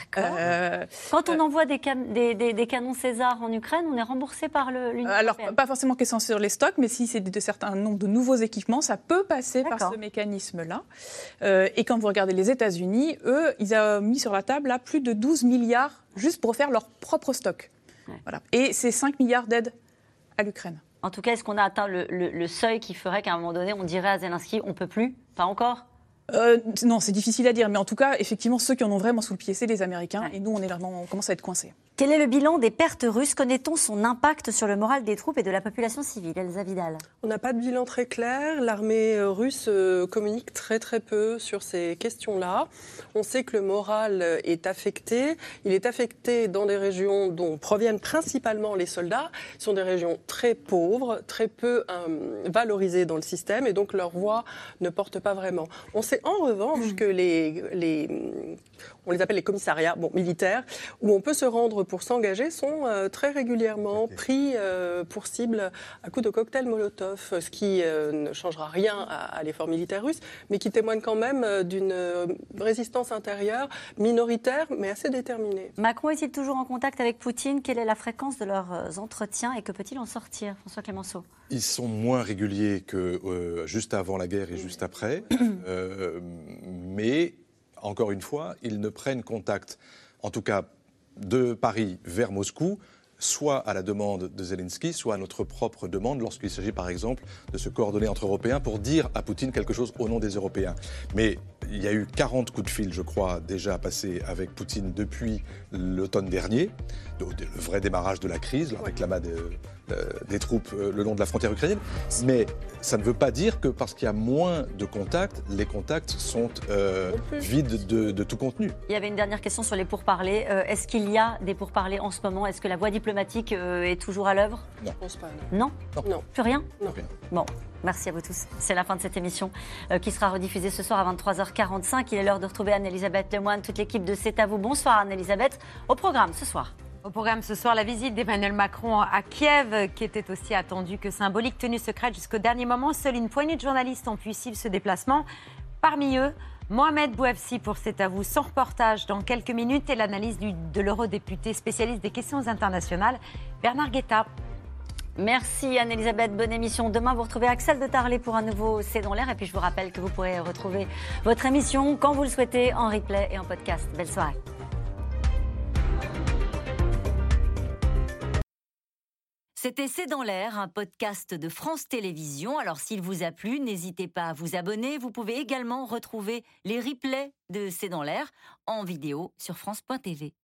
Quand on envoie des canons César en Ukraine, on est remboursé par l'Union Alors, européenne. pas forcément question sur les stocks, mais si c'est de certains nombres de nouveaux équipements, ça peut passer par ce mécanisme-là. Et quand vous regardez les États-Unis, eux, ils ont mis sur la table là, plus de 12 milliards juste pour faire leur propre stock. Voilà. Et c'est 5 milliards d'aides à l'Ukraine. En tout cas, est-ce qu'on a atteint le seuil qui ferait qu'à un moment donné, on dirait à Zelensky, on ne peut plus ? Pas encore ? Non, c'est difficile à dire. Mais en tout cas, effectivement, ceux qui en ont vraiment sous le pied, c'est les Américains. Et nous, on commence à être coincés. Quel est le bilan des pertes russes ? Connaît-on son impact sur le moral des troupes et de la population civile ? Elsa Vidal. On n'a pas de bilan très clair. L'armée russe communique très très peu sur ces questions-là. On sait que le moral est affecté. Il est affecté dans des régions dont proviennent principalement les soldats. Ce sont des régions très pauvres, très peu valorisées dans le système et donc leur voix ne porte pas vraiment. On sait en revanche que on les appelle les commissariats militaires, où on peut se rendre pour s'engager, sont très régulièrement pris pour cible à coups de cocktails Molotov, ce qui ne changera rien à l'effort militaire russe, mais qui témoigne quand même d'une résistance intérieure minoritaire, mais assez déterminée. Macron est-il toujours en contact avec Poutine? Quelle est la fréquence de leurs entretiens et que peut-il en sortir, François Clémenceau? Ils sont moins réguliers que juste avant la guerre et juste après, mais encore une fois, ils ne prennent contact, en tout cas de Paris vers Moscou, soit à la demande de Zelensky, soit à notre propre demande, lorsqu'il s'agit par exemple de se coordonner entre Européens pour dire à Poutine quelque chose au nom des Européens. Mais il y a eu 40 coups de fil, je crois, déjà passés avec Poutine depuis l'automne dernier, le vrai démarrage de la crise, avec l'amas des troupes le long de la frontière ukrainienne. Mais ça ne veut pas dire que parce qu'il y a moins de contacts, les contacts sont vides de tout contenu. Il y avait une dernière question sur les pourparlers. Est-ce qu'il y a des pourparlers en ce moment? Est-ce que la voie diplomatique est toujours à l'œuvre? Non. Je pense pas. Non. Non. Plus rien? Non. Bon. Merci à vous tous. C'est la fin de cette émission qui sera rediffusée ce soir à 23h45. Il est l'heure de retrouver Anne-Elisabeth Lemoine, toute l'équipe de C'est à vous. Bonsoir Anne-Elisabeth. Au programme ce soir. Au programme ce soir, la visite d'Emmanuel Macron à Kiev, qui était aussi attendue que symbolique, tenue secrète jusqu'au dernier moment. Seule une poignée de journalistes ont pu suivre ce déplacement. Parmi eux, Mohamed Bouafsi pour C'est à vous, son reportage dans quelques minutes et l'analyse de l'eurodéputé spécialiste des questions internationales, Bernard Guetta. Merci Anne-Elisabeth, bonne émission. Demain, vous retrouvez Axel de Tarlet pour un nouveau C'est dans l'air. Et puis je vous rappelle que vous pourrez retrouver votre émission quand vous le souhaitez en replay et en podcast. Belle soirée. C'était C'est dans l'air, un podcast de France Télévisions. Alors s'il vous a plu, n'hésitez pas à vous abonner. Vous pouvez également retrouver les replays de C'est dans l'air en vidéo sur France.tv.